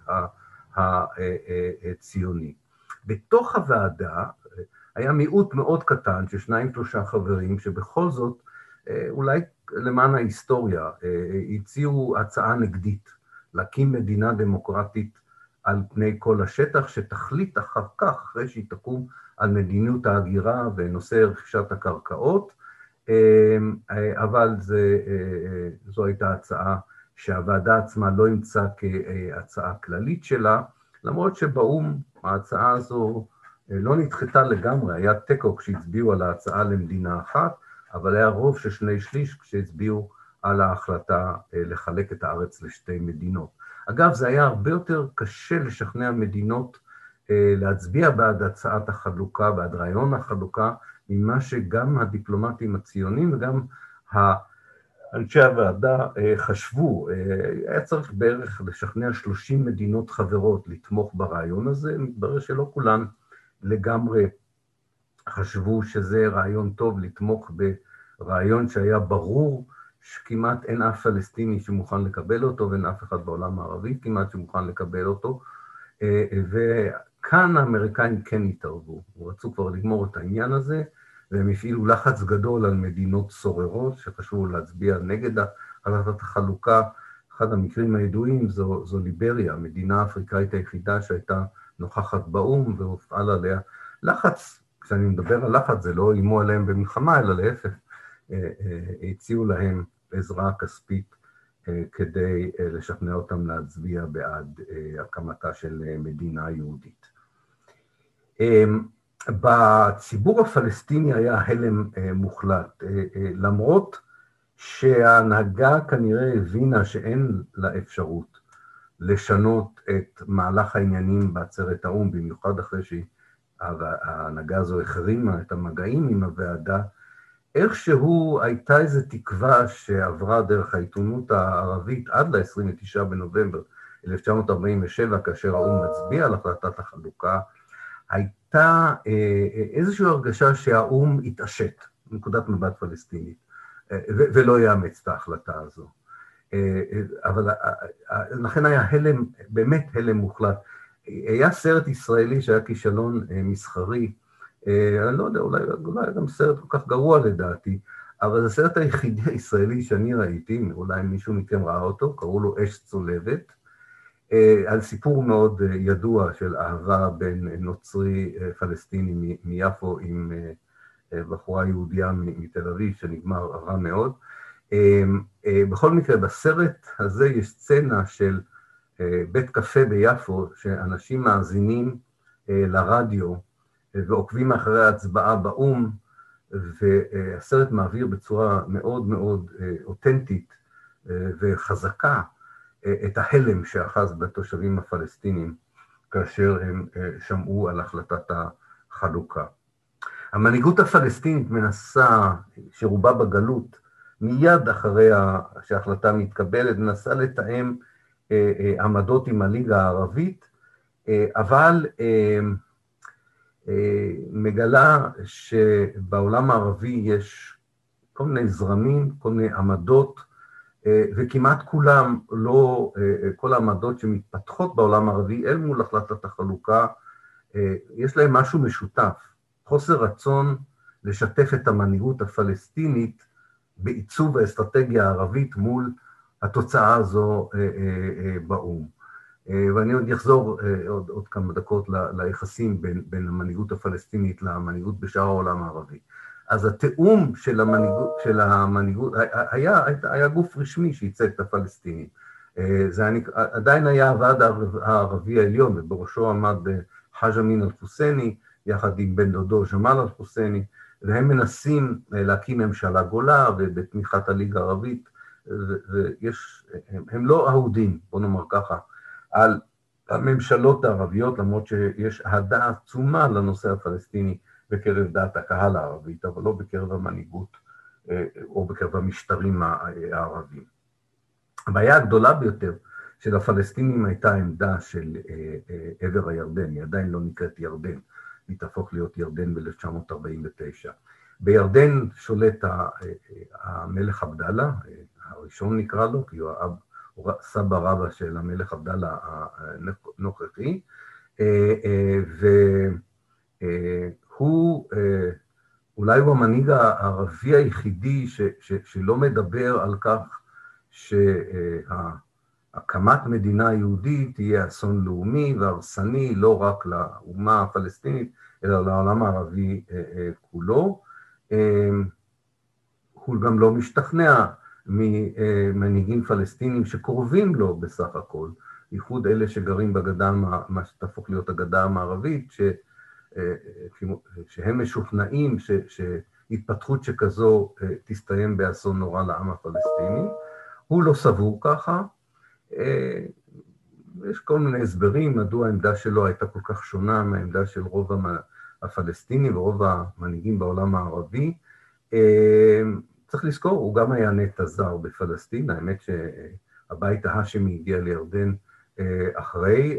הציוני. בתוך הוועדה היה מיעוט מאוד קטן של 2-3 חברים, שבכל זאת, אולי למען ההיסטוריה, הציעו הצעה נגדית, להקים מדינה דמוקרטית על פני כל השטח, שתחליט אחר כך, אחרי שהיא תקום על מדיניות ההגירה ונושא רכישת הקרקעות, אבל זו הייתה הצעה שהוועדה עצמה לא אימצה כהצעה כללית שלה, למרות שבאום ההצעה הזו לא נדחתה לגמרי, היה תיקו כשהצביעו על ההצעה למדינה אחת, אבל היה רוב של 2/3 כשהצביעו על ההחלטה לחלק את הארץ לשתי מדינות. אגב, זה היה הרבה יותר קשה לשכנע מדינות להצביע בעד הצעת החלוקה, בעד רעיון החלוקה, ממה שגם הדיפלומטים הציונים וגם אנשי הוועדה חשבו. היה צריך בערך לשכנע 30 מדינות חברות לתמוך ברעיון הזה, מתברר שלא כולן לגמרי חשבו שזה רעיון טוב לתמוך ברעיון שהיה ברור שכמעט אין אף פלסטיני שמוכן לקבל אותו, ואין אף אחד בעולם הערבי כמעט שמוכן לקבל אותו, וכאן האמריקאים כן התערבו, רצו כבר לגמור את העניין הזה, והם הפעילו לחץ גדול על מדינות סוררות שחשבו להצביע נגד החלטת החלוקה. אחד המקרים הידועים זו ליבריה, המדינה האפריקאית היחידה שהייתה נוכחת באום, והופעל עליה לחץ. כשאני מדבר על לחץ, זה לא איימו עליהם במלחמה, אלא להפך, הציעו להם עזרה כספית כדי לשכנע אותם להצביע בעד הקמתה של מדינה יהודית. בציבור הפלסטיני היה הלם מוחלט, למרות שההנהגה כנראה הבינה שאין לה אפשרות לשנות את מהלך העניינים בעצרת האו"ם, במיוחד אחרי שההנהגה הזו החרימה את המגעים עם הוועדה, איכשהו הייתה איזו תקווה שעברה דרך העיתונות הערבית עד ל-29 בנובמבר 1947, כאשר האו"ם מצביע על החלטת החלוקה, הייתה איזושהי הרגשה שהאו"ם התעשת, נקודת מבט פלסטינית, ולא יאמץ את ההחלטה הזו. אבל לכן היה הלם, באמת הלם מוחלט. היה סרט ישראלי שהיה כישלון מסחרי, אני לא יודע, אולי גם סרט כל כך גרוע לדעתי, אבל זה הסרט היחידי הישראלי שאני ראיתי, אולי מישהו מכם ראה אותו, קראו לו אש צולבת, על סיפור מאוד ידוע של אהבה בין נוצרי פלסטיני מיפו עם בחורה יהודיה מתל אביב, שנגמר רע מאוד. בכל מקרה, בסרט הזה יש סצנה של בית קפה ביפו, שאנשים מאזינים לרדיו ועוקבים אחרי ההצבעה באו"ם, והסרט מעביר בצורה מאוד מאוד אותנטית וחזקה את ההלם שאחז בתושבים הפלסטינים כאשר הם שמעו על החלטת החלוקה. המנהיגות הפלסטינית מנסה, שרובה בגלות, מיד אחרי שההחלטה מתקבלת, מנסה לתאם עמדות עם הליגה הערבית, אבל מגלה שבעולם הערבי יש כל מיני זרמים, כל מיני עמדות, וכמעט כולם לא, כל העמדות שמתפתחות בעולם הערבי אל מול החלטת החלוקה, יש להם משהו משותף, חוסר רצון לשתף את המנהיגות הפלסטינית בעיצוב האסטרטגיה הערבית מול התוצאה הזו באו"ם. ואני עוד אחזור עוד כמה דקות ליחסים בין המנהיגות הפלסטינית למנהיגות בשאר העולם הערבי. אז התיאום של המנהיגות, היה גוף רשמי שייצג את הפלסטינים. זה עדיין היה הוועד הערבי העליון, ובראשו עמד חאג' אמין אל-חוסייני, יחד עם בן דודו ג'מאל אל-חוסייני, והם מנסים להקים ממשלה גולה, ובתמיכת הליגה הערבית, הם לא אהודים, בוא נאמר ככה, על הממשלות הערביות, למרות שיש אהדה עצומה לנושא הפלסטיני בקרב דעת הקהל הערבית, אבל לא בקרב המנהיגות או בקרב המשטרים הערבים. הבעיה הגדולה ביותר של הפלסטינים הייתה העמדה של עבר הירדן, היא עדיין לא נקראת ירדן, היא תהפוך להיות ירדן ב-1949. בירדן שולט המלך עבדאללה, הראשון נקרא לו, כי הוא סבא רבא של המלך עבדאללה הנוכחי, והוא, אולי הוא המנהיג הערבי היחידי שלא מדבר על כך שהקמת מדינה יהודית תהיה אסון לאומי והרסני, לא רק לאומה הפלסטינית, אלא לעולם הערבי כולו. הוא גם לא משתכנע ממנהיגים פלסטינים שקרובים לו בסך הכל, ייחוד אלה שגרים בגדה, מה שתהפוך להיות הגדה המערבית, שהם משוכנעים שהתפתחות שכזו תסתיים באסון נורא לעם הפלסטיני. הוא לא סבור ככה. יש כל מיני הסברים מדוע העמדה שלו הייתה כל כך שונה מהעמדה של רוב הפלסטינים ורוב המנהיגים בעולם הערבי. צריך לזכור, הוא גם היה נטע זר בפלסטין, האמת שהבית ההאשמי הגיע לירדן אחרי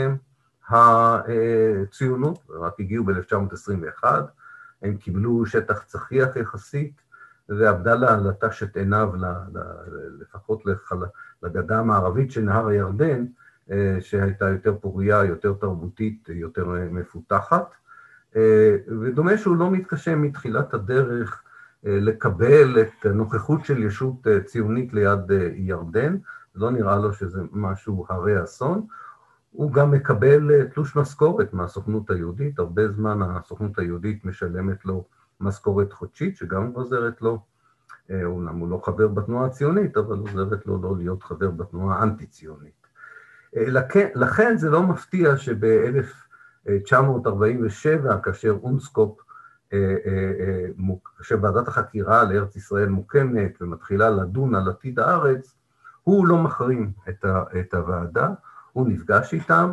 הציונות, רק הגיעו ב-1921, הם קיבלו שטח צחיח יחסית, ועבדאללה לטש את עיניו לפחות לגדה המערבית של נהר הירדן, שהייתה יותר פוריה, יותר תרבותית, יותר מפותחת, ודומה שהוא לא מתקשה מתחילת הדרך לקבל את הנוכחות של ישות ציונית ליד ירדן, לא נראה לו שזה משהו הרי אסון. הוא גם מקבל תלוש משכורת מהסוכנות היהודית, הרבה זמן הסוכנות היהודית משלמת לו משכורת חודשית, שגם עוזרת לו, אומנם הוא לא חבר בתנועה הציונית, אבל עוזרת לו לא להיות חבר בתנועה האנטי-ציונית. לכן זה לא מפתיע שב-1947, כאשר אונסקופ, כאשר ועדת החקירה לארץ ישראל מוקמת ומתחילה לדון על עתיד הארץ, הוא לא מחרים את הוועדה, הוא נפגש איתם,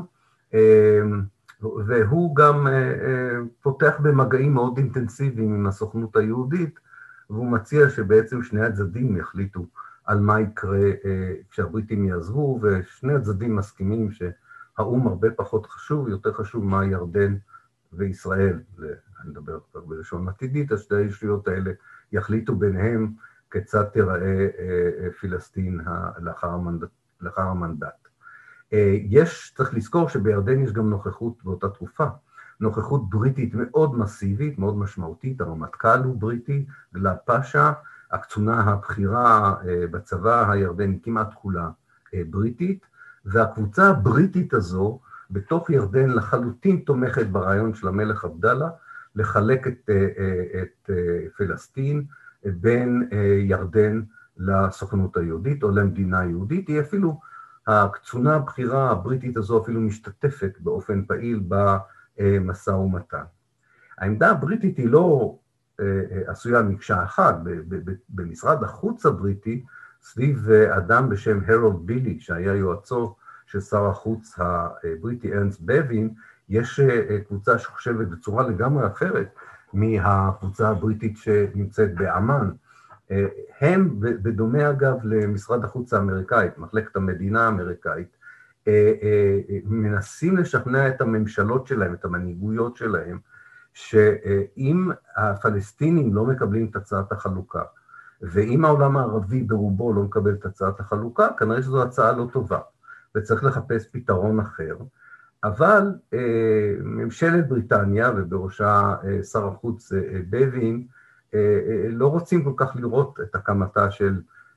והוא גם פותח במגעים מאוד אינטנסיביים עם הסוכנות היהודית, והוא מציע שבעצם שני הצדדים יחליטו על מה יקרה כשהבריטים יעזבו, ושני הצדדים מסכימים שהאום הרבה פחות חשוב, יותר חשוב מה ירדן וישראל, אני מדבר כבר בלשון עתידית, השתי הישויות האלה יחליטו ביניהם כיצד תיראה פלסטין לאחר המנדט. צריך לזכור שבירדן יש גם נוכחות באותה תקופה, נוכחות בריטית מאוד מסיבית, מאוד משמעותית, הרמטכ"ל הוא בריטי, גלאב פאשה, הקצונה הבכירה בצבא הירדני כמעט כולה בריטית, והקבוצה הבריטית הזו בתוך ירדן לחלוטין תומכת ברעיון של המלך עבדאללה, לחלק את פלסטין בין ירדן לסוכנות היהודית או למדינה היהודית, היא אפילו, הקצונה הבכירה הבריטית הזו אפילו משתתפת באופן פעיל במשא ומתן. העמדה הבריטית היא לא עשויה מקשה אחת, במשרד החוץ הבריטי, סביב אדם בשם הרולד בילי, שהיה יועצו של שר החוץ הבריטי ארנסט בווין, יש קבוצה שחושבת בצורה לגמרי אחרת מהקבוצה הבריטית שנמצאת באמן. הם, בדומה אגב למשרד החוץ האמריקאית, מחלקת המדינה האמריקאית, מנסים לשכנע את הממשלות שלהם, את המנהיגויות שלהם, שאם הפלסטינים לא מקבלים את הצעת החלוקה, ואם העולם הערבי ברובו לא מקבל את הצעת החלוקה, כנראה שזו הצעה לא טובה, וצריך לחפש פתרון אחר, אבל ממשלת בריטניה, ובראשה שר החוץ בווין, לא רוצים כל כך לראות את הקמתה של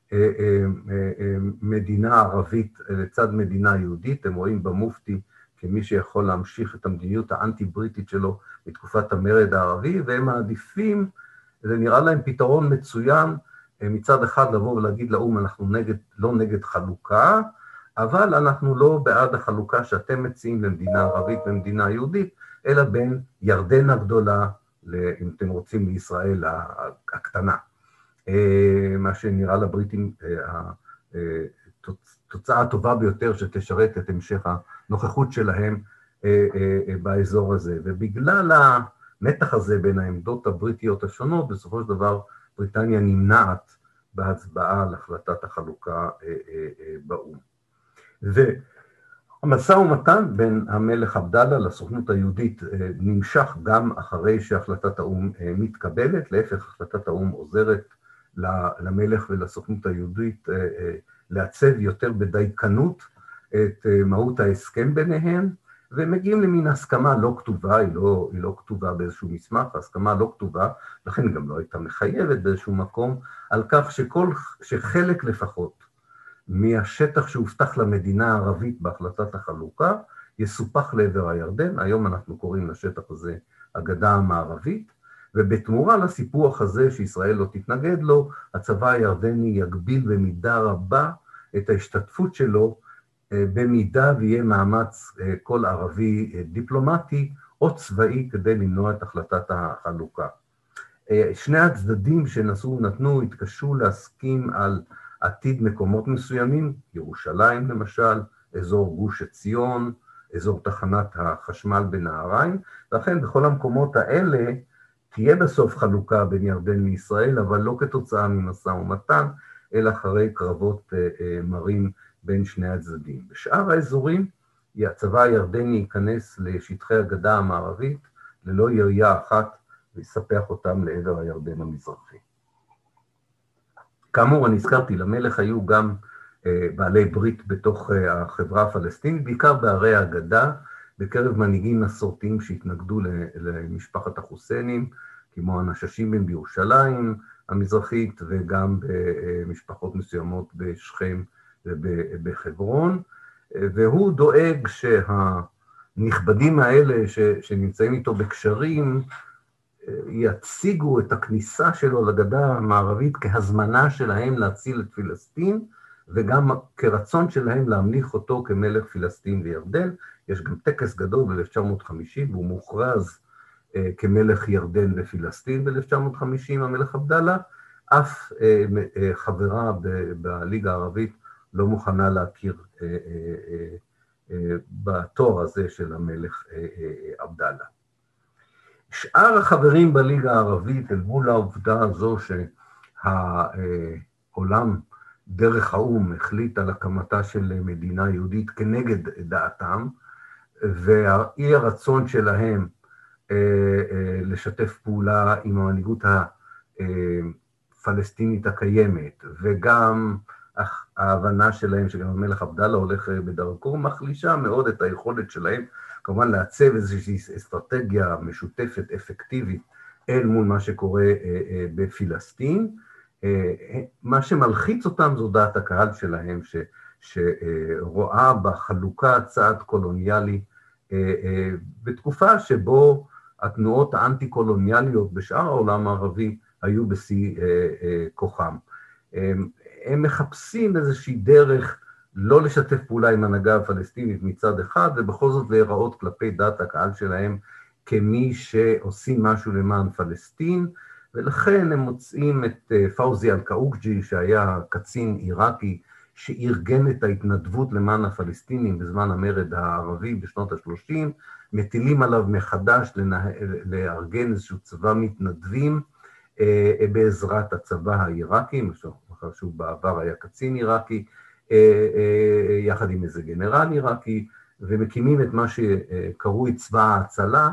מדינה ערבית לצד מדינה יהודית, הם רואים במופתי כמי שיכול להמשיך את המדיניות האנטי-בריטית שלו בתקופת המרד הערבי, והם מעדיפים, זה נראה להם פתרון מצוין, מצד אחד לבוא ולהגיד לאום, אנחנו לא נגד חלוקה, אבל אנחנו לא בעד החלוקה שאתם מציעים למדינה ערבית ומדינה יהודית, אלא בין ירדן הגדולה, אם אתם רוצים, לישראל הקטנה. מה שנראה לבריטים התוצאה הטובה ביותר שתשרת את המשך הנוכחות שלהם באזור הזה. ובגלל המתח הזה בין העמדות הבריטיות השונות, בסופו של דבר בריטניה נמנעת בהצבעה על החלטת החלוקה באו"ם. והמשא ומתן בין המלך עבדאללה לסוכנות היהודית נמשך גם אחרי שהחלטת האו"ם מתקבלת, להפך החלטת האו"ם עוזרת למלך ולסוכנות היהודית לעצב יותר בדייקנות את מהות ההסכם ביניהם, ומגיעים למין הסכמה לא כתובה, היא לא כתובה באיזשהו מסמך, הסכמה לא כתובה, לכן גם לא הייתה מחייבת באיזשהו מקום, על כך שחלק לפחות מהשטח שהובטח למדינה הערבית בהחלטת החלוקה, יסופח לעבר הירדן, היום אנחנו קוראים לשטח הזה הגדה המערבית, ובתמורה לסיפוח הזה שישראל לא תתנגד לו, הצבא הירדני יגביל במידה רבה את ההשתתפות שלו, במידה ויהיה מאמץ כל ערבי דיפלומטי או צבאי כדי למנוע את החלטת החלוקה. שני הצדדים שנתנו התקשו להסכים על עתיד מקומות מסוימים, ירושלים למשל, אזור גוש עציון, אזור תחנת החשמל בנהריים, ולכן בכל המקומות האלה תהיה בסוף חלוקה בין ירדן לישראל, אבל לא כתוצאה ממשא ומתן, אלא אחרי קרבות מרים בין שני הצדדים. בשאר האזורים, הצבא הירדני ייכנס לשטחי הגדה המערבית, ללא ירייה אחת, ויספח אותם לעבר הירדן המזרחי. כאמור, אני הזכרתי, למלך היו גם בעלי ברית בתוך החברה הפלסטינית, בעיקר בערי הגדה, בקרב מנהיגים מסורתיים שהתנגדו למשפחת החוסיינים, כמו הנששים בירושלים המזרחית, וגם במשפחות מסוימות בשכם ובחברון, והוא דואג שהנכבדים האלה שנמצאים איתו בקשרים, יציגו את הכניסה שלו לגדה המערבית כהזמנה שלהם להציל את פלסטין, וגם כרצון שלהם להמליך אותו כמלך פלסטין וירדן. יש גם טקס גדול ב-1950, והוא מוכרז כמלך ירדן ופלסטין ב-1950, המלך עבדאללה, אף חברה בליגה הערבית לא מוכנה להכיר בתואר הזה של המלך עבדאללה. שאר החברים בליגה הערבית, אל מול העובדה הזו שהעולם דרך האו"ם החליט על הקמתה של מדינה יהודית כנגד דעתם, והאי הרצון שלהם לשתף פעולה עם המנהיגות הפלסטינית הקיימת, וגם ההבנה שלהם שגם המלך עבדאללה הולך בדרכו, מחלישה מאוד את היכולת שלהם, כמובן לעצב איזושהי אסטרטגיה משותפת, אפקטיבית, אל מול מה שקורה בפלסטין. מה שמלחיץ אותם זו דעת הקהל שלהם, שרואה בחלוקה צעד קולוניאלי, בתקופה שבו התנועות האנטי-קולוניאליות בשאר העולם הערבי היו בשיא כוחם. הם מחפשים איזושהי דרך לא לשתף פעולה עם הנהגה הפלסטינית מצד אחד, ובכל זאת להיראות כלפי דעת הקהל שלהם כמי שעושים משהו למען פלסטין, ולכן הם מוצאים את פאוזי אל-קאוקג'י, שהיה קצין עיראקי, שארגן את ההתנדבות למען הפלסטינים בזמן המרד הערבי בשנות ה-30, מטילים עליו מחדש לארגן איזשהו צבא מתנדבים בעזרת הצבא העיראקי, מאחר שהוא בעבר היה קצין עיראקי, יחד עם איזה גנרל עיראקי, ומקימים את מה שקרוי צבא ההצלה,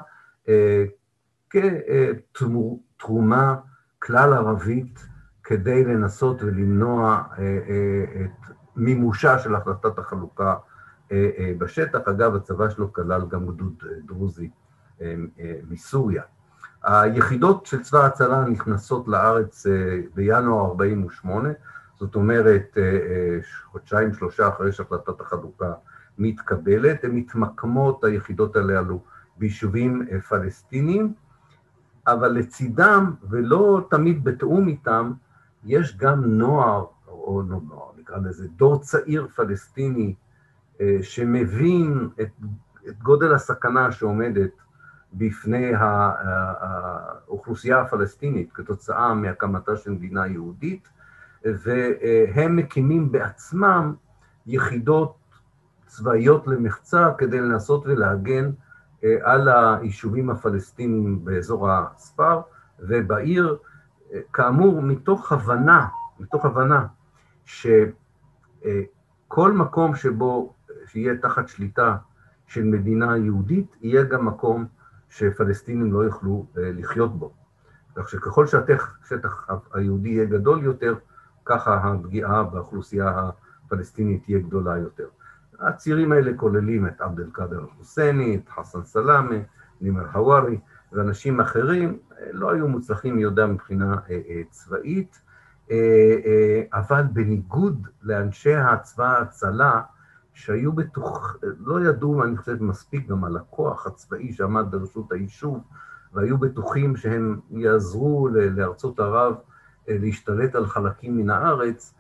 כתרומה כלל ערבית, כדי לנסות ולמנוע את מימושה של החלטת החלוקה בשטח. אגב, הצבא שלו כלל גם גדוד דרוזי מסוריה. היחידות של צבא ההצלה נכנסות לארץ בינואר 48, זאת אומרת, חודשיים, שלושה אחרי שהחלטת החלוקה מתקבלת, הן מתמקמות היחידות הללו ביישובים פלסטינים, אבל לצידם, ולא תמיד בתאום איתם, יש גם נוער, או נוער, נקרא לזה, דור צעיר פלסטיני, שמבין את גודל הסכנה שעומדת בפני האוכלוסייה הפלסטינית כתוצאה מהקמתה של מדינה יהודית, והם מקימים בעצמם יחידות צבאיות למחצה כדי לנסות ולהגן על היישובים הפלסטיניים באזור הספר ובעיר, כאמור מתוך הבנה שכל מקום שבו שיהיה תחת שליטה של מדינה יהודית, יהיה גם מקום שפלסטינים לא יוכלו לחיות בו. כך שככל שהשטח היהודי יהיה גדול יותר, ככה הפגיעה באוכלוסייה הפלסטינית תהיה גדולה יותר. הצירים האלה כוללים את עבד אל-קאדר אל-חוסייני, את חסן סלאמה, נימר חווארי ואנשים אחרים, לא היו מוצלחים מי יודע מבחינה צבאית, אבל בניגוד לאנשי הצבא ההצלה, שהיו לא ידעו, אני חושב, מספיק גם על הכוח הצבאי שעמד ברשות היישוב, והיו בטוחים שהם יעזרו לארצות ערב להשתלט על חלקים מן הארץ,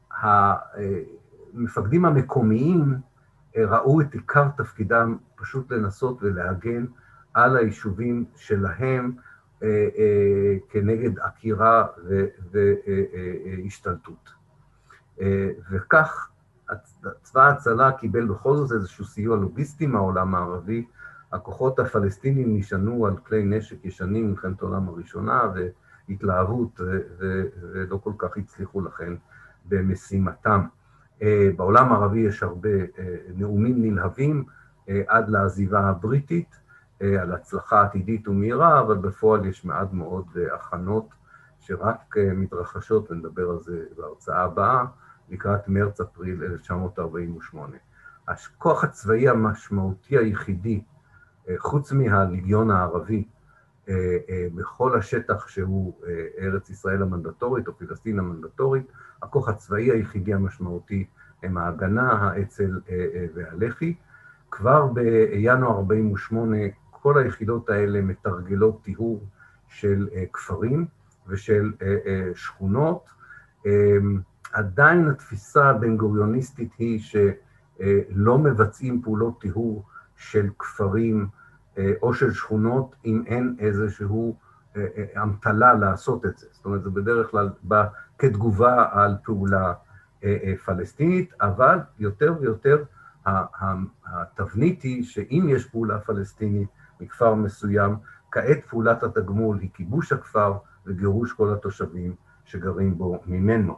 המפקדים המקומיים ראו את עיקר תפקידם פשוט לנסות ולהגן על היישובים שלהם כנגד עקירה והשתלטות. וכך צבא ההצלה קיבל בכל זאת איזשהו סיוע לוגיסטי מהעולם הערבי. הכוחות הפלסטינים נשענו על כלי נשק ישנים ממלחמת העולם הראשונה והתלהבות, ולא כל כך הצליחו לכן במשימתם. בעולם הערבי יש הרבה נאומים נלהבים עד לעזיבה הבריטית, על הצלחה עתידית ומהירה, אבל בפועל יש מעט מאוד הכנות שרק מתרחשות, ונדבר על זה בהרצאה הבאה, לקראת מרץ-אפריל 1948. הכוח הצבאי המשמעותי היחידי, חוץ מהליגיון הערבי, בכל השטח שהוא ארץ ישראל המנדטורית או פלסטין המנדטורית, הכוח הצבאי היחידי המשמעותי הם ההגנה, האצ"ל והלח"י. כבר בינואר 48' כל היחידות האלה מתרגלות טיהור של כפרים ושל שכונות. עדיין התפיסה הבן-גוריוניסטית היא שלא מבצעים פעולות טיהור של כפרים או של שכונות אם אין איזשהו המטלה לעשות את זה. זאת אומרת, זה בדרך כלל בא כתגובה על פעולה פלסטינית, אבל יותר ויותר התבנית היא שאם יש פעולה פלסטינית מכפר מסוים, כעת פעולת התגמול היא כיבוש הכפר וגירוש כל התושבים שגרים בו ממנו.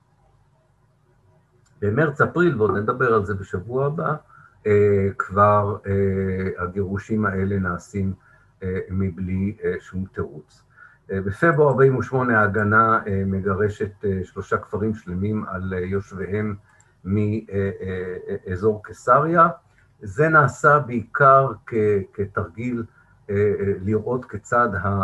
במרץ-אפריל, ועוד נדבר על זה בשבוע הבא, כבר הגירושים האלה נעשים מבלי שום תירוץ. בפברואר 48' ההגנה מגרשת 3 כפרים שלמים על יושביהם מאזור קיסריה. זה נעשה בעיקר כתרגיל לראות כיצד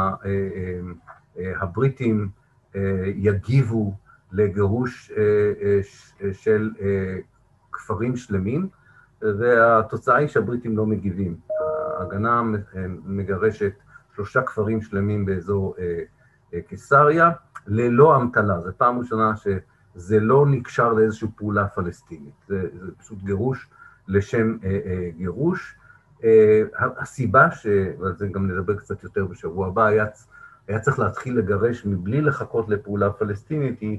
הבריטים יגיבו לגירוש של כפרים שלמים, והתוצאה היא שהבריטים לא מגיבים. ההגנה מגרשת 3 כפרים שלמים באזור קיסריה, ללא המטלה. זו פעם ראשונה שזה לא נקשר לאיזושהי פעולה פלסטינית, זה פשוט גירוש לשם גירוש. הסיבה, ועל זה גם נדבר קצת יותר בשבוע הבא, היה צריך להתחיל לגרש מבלי לחכות לפעולה פלסטינית, היא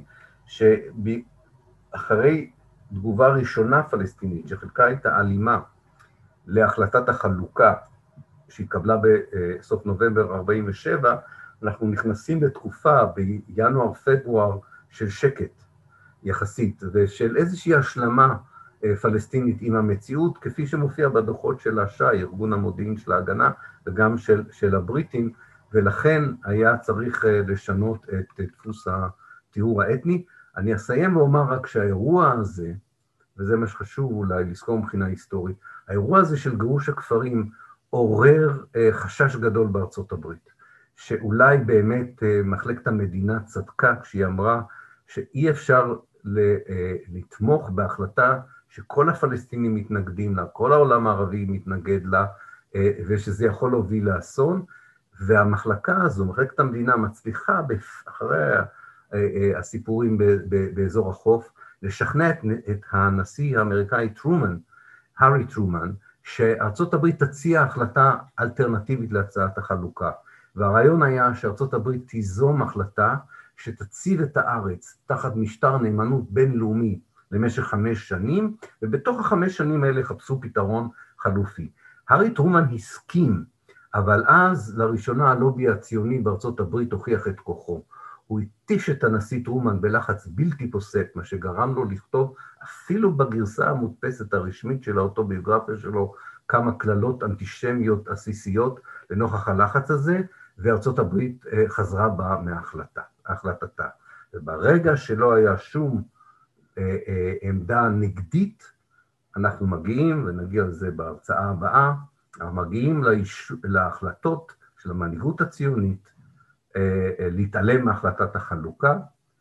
שאחרי תגובה ראשונה פלסטינית, שחלקה הייתה אלימה להחלטת החלוקה שהתקבלה בסוף נובמבר 47, אנחנו נכנסים לתקופה בינואר-פברואר של שקט יחסית, ושל איזושהי השלמה פלסטינית עם המציאות, כפי שמופיע בדוחות של הש"י, ארגון המודיעין של ההגנה, וגם של הבריטים, ולכן היה צריך לשנות את דפוס הטיהור האתני. אני אסיים ואומר רק שהאירוע הזה, וזה מה שחשוב אולי לזכור מבחינה היסטורית, האירוע הזה של גירוש הכפרים עורר חשש גדול בארצות הברית, שאולי באמת מחלקת המדינה צדקה כשהיא אמרה שאי אפשר לתמוך בהחלטה שכל הפלסטינים מתנגדים לה, כל העולם הערבי מתנגד לה, ושזה יכול להוביל לאסון, והמחלקה הזו, מחלקת המדינה, מצליחה אחרי הסיפורים באזור החוף, לשכנע את הנשיא האמריקאי טרומן, הארי טרומן, שארצות הברית תציע החלטה אלטרנטיבית להצעת החלוקה. והרעיון היה שארצות הברית תיזום החלטה שתציב את הארץ תחת משטר נאמנות בינלאומי למשך 5 שנים, ובתוך ה5 שנים האלה חפשו פתרון חלופי. הארי טרומן הסכים, אבל אז לראשונה הלובי הציוני בארצות הברית הוכיח את כוחו. הוא התיש את הנשיא טרומן בלחץ בלתי פוסק, מה שגרם לו לכתוב אפילו בגרסה המודפסת הרשמית של האוטוביוגרפיה שלו כמה קללות אנטישמיות עסיסיות לנוכח הלחץ הזה, וארצות הברית חזרה בה מהחלטתה. וברגע שלא היה שום עמדה נגדית, אנחנו מגיעים, ונגיע לזה בהרצאה הבאה, מגיעים להחלטות של המנהיגות הציונית, להתעלם מהחלטת החלוקה,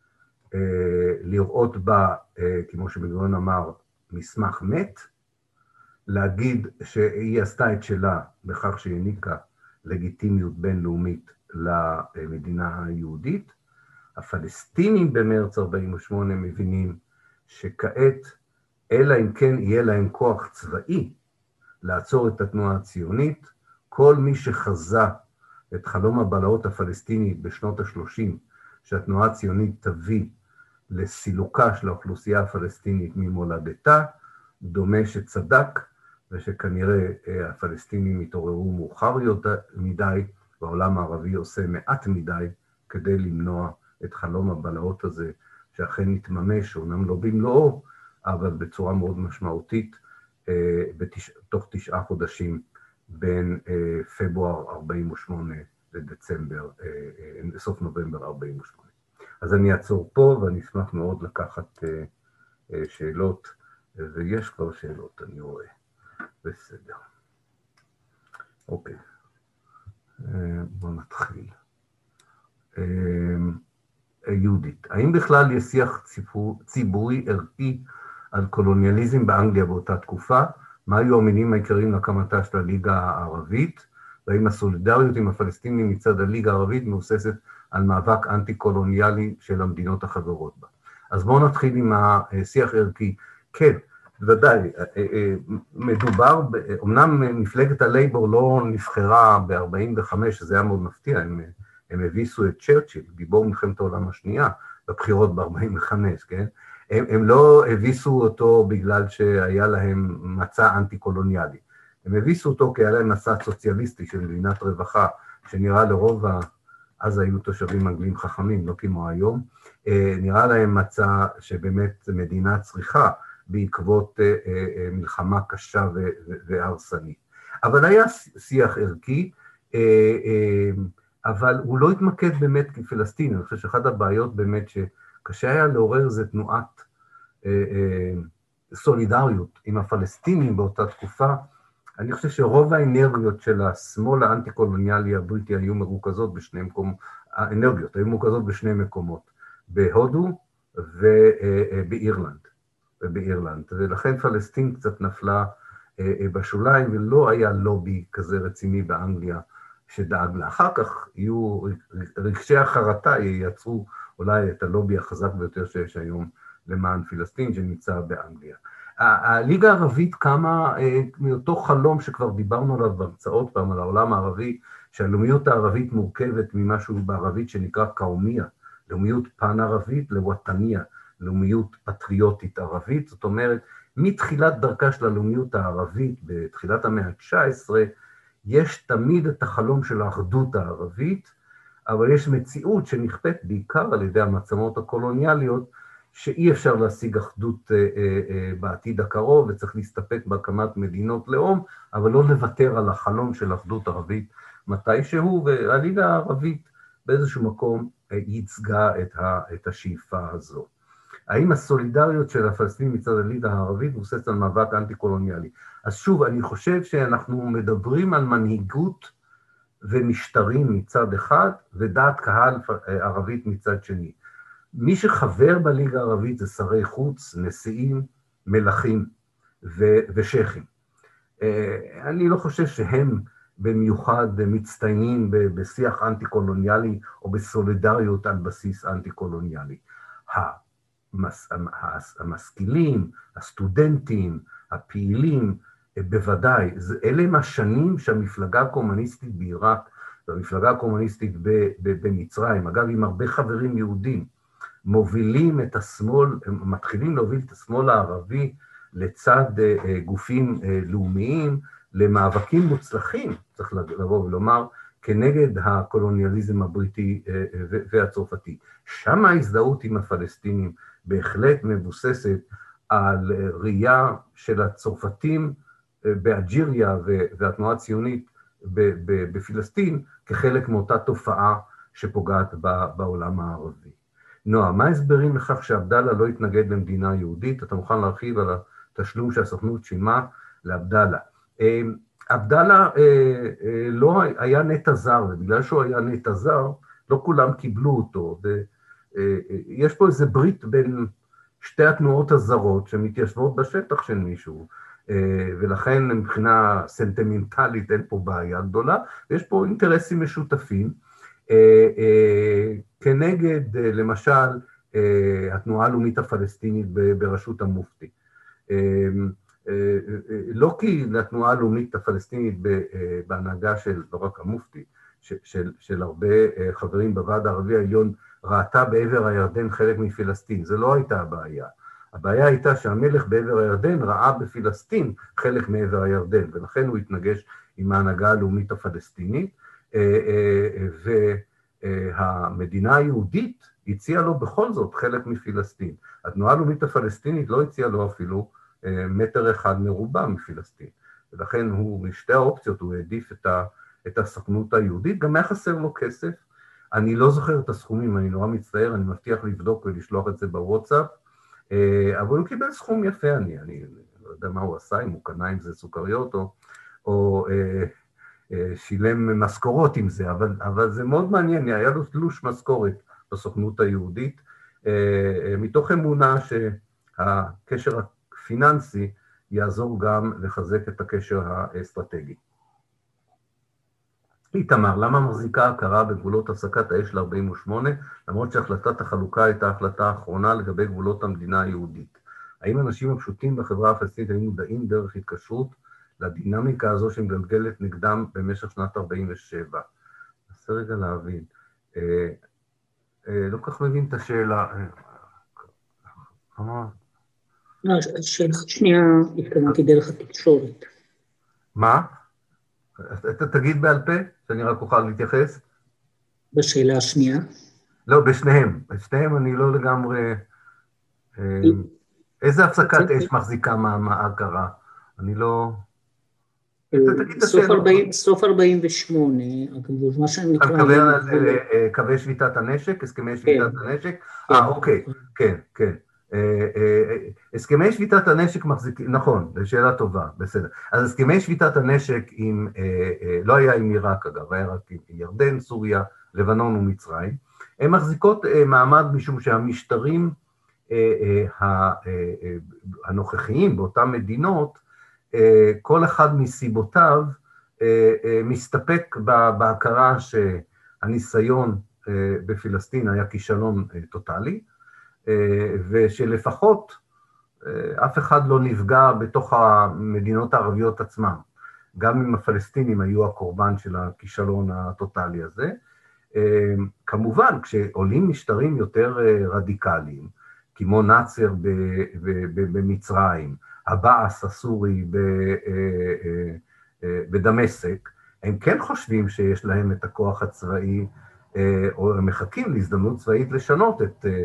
לראות בה, כמו שבן-גוריון אמר, מסמך מת, להגיד שהיא עשתה את שלה בכך שהעניקה לגיטימיות בינלאומית למדינה היהודית. הפלסטינים במרץ 48 מבינים שכעת, אלא אם כן יהיה להם כוח צבאי לעצור את התנועה הציונית, כל מי שחזה את חלום הבלהות הפלסטיני בשנות ה-30, שהתנועה הציונית תביא לסילוקה של האוכלוסייה הפלסטינית ממולדתה, דומה שצדק, ושכנראה הפלסטינים התעוררו מאוחר מדי, והעולם הערבי עושה מעט מדי כדי למנוע את חלום הבלהות הזה, שאכן מתממש, אומנם לא במלואו, אבל בצורה מאוד משמעותית, תוך 9 חודשים, בין פברואר 48 לדצמבר, לסוף נובמבר 48. אז אני אעצור פה, ואני אשמח מאוד לקחת שאלות, ויש כבר שאלות, אני רואה. בסדר. אוקיי. בואו נתחיל. יהודית, האם בכלל יש שיח ציבורי ערכי על קולוניאליזם באנגליה באותה תקופה? מה היו המינים העיקריים להקמתה של הליגה הערבית? והאם הסולידריות עם הפלסטינים מצד הליגה הערבית מבוססת על מאבק אנטי-קולוניאלי של המדינות החברות בה? אז בואו נתחיל עם השיח הערכי. כן, בוודאי, מדובר, אמנם מפלגת הלייבור לא נבחרה ב-45, שזה היה מאוד מפתיע, הם הביסו את צ'רצ'יל, גיבור מלחמת העולם השנייה, בבחירות ב-45, כן? הם לא הביסו אותו בגלל שהיה להם מצע אנטי-קולוניאלי. הם הביסו אותו כי היה להם מצע סוציאליסטי של מדינת רווחה, שנראה לרוב, אז היו תושבים אנגלים חכמים, לא כמו היום, נראה להם מצע שבאמת מדינה צריכה בעקבות מלחמה קשה והרסנית. אבל היה שיח ערכי, אבל הוא לא התמקד באמת כפלסטיני. אני חושב שאחת הבעיות באמת שקשה היה לעורר זה תנועת סולידריות עם הפלסטינים באותה תקופה. אני חושב שרוב האנרגיות של השמאל האנטי-קולוניאלי הבריטי היו מרוכזות בשני מקומות, האנרגיות היו מרוכזות בשני מקומות, בהודו ובאירלנד. ולכן פלסטין קצת נפלה בשוליים, ולא היה לובי כזה רציני באנגליה שדאג לה. אחר כך יהיו רגשי החרטה, ייצרו אולי את הלובי החזק ביותר שיש היום למען פלסטין שנמצא באנגליה. הליגה הערבית קמה מאותו חלום שכבר דיברנו עליו בהרצאות פעם על העולם הערבי, שהלאומיות הערבית מורכבת ממשהו בערבית שנקרא קאומיה, לאומיות פן-ערבית לווטניה, לאומיות פטריוטית ערבית. זאת אומרת, מתחילת דרכה של הלאומיות הערבית, בתחילת המאה ה-19, יש תמיד את החלום של האחדות הערבית, אבל יש מציאות שנכפית בעיקר על ידי המעצמות הקולוניאליות, שאי אפשר להשיג אחדות בעתיד הקרוב, וצריך להסתפק בהקמת מדינות לאום, אבל לא לוותר על החלום של אחדות ערבית מתישהו, והליגה הערבית באיזשהו מקום ייצגה את השאיפה הזו. האם הסולידריות של הפלסטינים מצד הליגה הערבית מבוססת על מאבק אנטי-קולוניאלי? אז שוב, אני חושב שאנחנו מדברים על מנהיגות ומשטרים מצד אחד, ודעת קהל ערבית מצד שני. מי שחבר בליגה הערבית זה שרי חוץ, נשיאים, מלכים ושייחים. אני לא חושב שהם במיוחד מצטיינים בשיח אנטי-קולוניאלי או בסולידריות על בסיס אנטי-קולוניאלי. המשכילים, הסטודנטים, הפעילים, בוודאי, אלה הם השנים שהמפלגה הקומוניסטית בעיראק והמפלגה הקומוניסטית במצרים, אגב עם הרבה חברים יהודים, מובילים את השמאל, הם מתחילים להוביל את השמאל הערבי לצד גופים לאומיים, למאבקים מוצלחים, צריך לבוא ולומר, כנגד הקולוניאליזם הבריטי והצרפתי. שם ההזדהות עם הפלסטינים בהחלט מבוססת על ראייה של הצרפתים באלג'יריה והתנועה הציונית בפלסטין, כחלק מאותה תופעה שפוגעת בעולם הערבי. נועה, מה ההסברים לכך שעבדאללה לא התנגד למדינה יהודית? אתה מוכן להרחיב על התשלום שהסוכנות שילמה לעבדאללה. עבדאללה לא היה נטע זר, ובגלל שהוא היה נטע זר, לא כולם קיבלו אותו. יש פה איזה ברית בין שתי התנועות הזרות שמתיישבות בשטח של מישהו, ולכן מבחינה סנטימנטלית אין פה בעיה גדולה, ויש פה אינטרסים משותפים, כנגד למשל התנועה הלאומית הפלסטינית בראשות המופתי. לא כי לתנועה הלאומית הפלסטינית בהנהגה של לא רק המופתי, של הרבה חברים בוועד הערבי העליון, ראתה בעבר הירדן חלק מפלסטין, זה לא הייתה הבעיה. הבעיה הייתה שהמלך בעבר הירדן ראה בפלסטין חלק מעבר הירדן, ולכן הוא התנגש עם ההנהגה הלאומית הפלסטינית, והמדינה היהודית הציעה לו בכל זאת חלק מפלסטין. התנועה הלאומית הפלסטינית לא הציעה לו אפילו מטר אחד מרובע מפלסטין, ולכן הוא, משתי האופציות, הוא העדיף את הסוכנות היהודית, גם היה חסר לו כסף, אני לא זוכר את הסכומים, אני נורא מצטער, אני מבטיח לבדוק ולשלוח את זה בוואטסאפ, אבל הוא קיבל סכום יפה, אני לא יודע מה הוא עשה, אם הוא קנה עם זה סוכריות, או שילם משכורות עם זה, אבל זה מאוד מעניין, היה לו תלוש משכורת בסוכנות היהודית, מתוך אמונה שהקשר הפיננסי יעזור גם לחזק את הקשר האסטרטגי. איתמר, למה מחזיקה הכרה בגבולות הפסקת האש ל-48, למרות שהחלטת החלוקה הייתה ההחלטה האחרונה לגבי גבולות המדינה היהודית? האם אנשים הפשוטים בחברה הפלסטינית היו מודעים דרך התקשרות לדינמיקה הזו שמגלגלת נגדם במשך שנת 47? ננסה רגע להבין. לא כך מבין את השאלה. השאלה שנייה התכוונתי דרך התקשורת. מה? אתה תגיד בעל פה, שאני רק אוכל להתייחס? בשאלה השנייה? לא, בשניהם. בשניהם אני לא לגמרי... איזה הפסקת אש מחזיקה מההכרה? אני לא... סוף 48, מה שאני אתה מדבר על קווי שביתת הנשק, הסכמי שביתת הנשק? אוקיי, כן, כן. הסכמי שביתת הנשק מחזיקים, נכון, זו שאלה טובה, בסדר. אז הסכמי שביתת הנשק לא היה עם עיראק אגב, היה רק עם ירדן, סוריה, לבנון ומצרים. הן מחזיקות מעמד משום שהמשטרים הנוכחיים באותן מדינות, כל אחד מסיבותיו מסתפק בהכרה שהניסיון בפלסטין היה כישלון טוטלי, ושלפחות אף אחד לא נפגע בתוך המדינות הערביות עצמן, גם אם הפלסטינים היו הקורבן של הכישלון הטוטלי הזה. כמובן, כשעולים משטרים יותר רדיקליים, כמו נאצר במצרים, הבאס הסורי בדמשק, הם כן חושבים שיש להם את הכוח הצבאי, או הם מחכים להזדמנות צבאית לשנות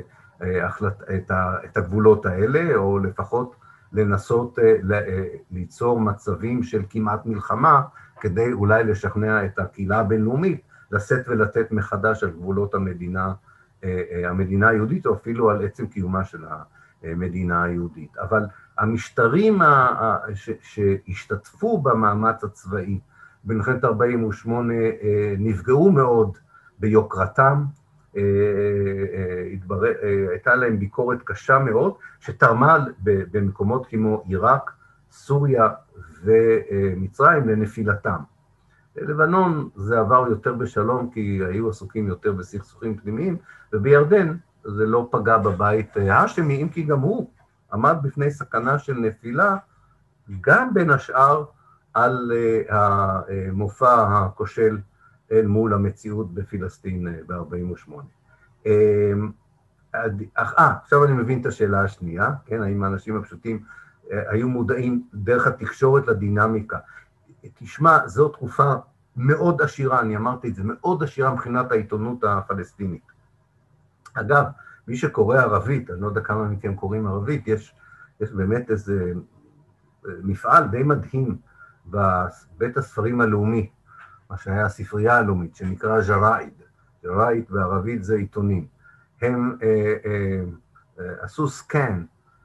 את הגבולות האלה, או לפחות לנסות ליצור מצבים של כמעט מלחמה, כדי אולי לשכנע את הקהילה הבינלאומית, לשאת ולתת מחדש על גבולות המדינה היהודית, או אפילו על עצם קיומה של המדינה היהודית. אבל המשטרים שהשתתפו במאמץ הצבאי במלחמת 48 נפגעו מאוד ביוקרתם, הייתה להם ביקורת קשה מאוד, שתרמה במקומות כמו עיראק, סוריה ומצרים לנפילתם. לבנון זה עבר יותר בשלום, כי היו עסוקים יותר בסכסוכים פנימיים, ובירדן זה לא פגע בבית האשמי, אם כי גם הוא עמד בפני סכנה של נפילה, גם בין השאר על המופע הכושל אל מול המציאות בפלסטין ב-48. עכשיו אני מבין את השאלה השנייה, כן, האם האנשים הפשוטים היו מודעים דרך התקשורת לדינמיקה. תשמע, זו תקופה מאוד עשירה, אני אמרתי את זה, מאוד עשירה מבחינת העיתונות הפלסטינית. אגב, מי שקורא ערבית, אני לא יודע כמה מכם קוראים ערבית, יש באמת איזה מפעל די מדהים בבית הספרים הלאומי, מה שהיה הספרייה הלאומית, שנקרא ג'ראיד. ג'ראיד בערבית זה עיתונים. הם עשו סקן,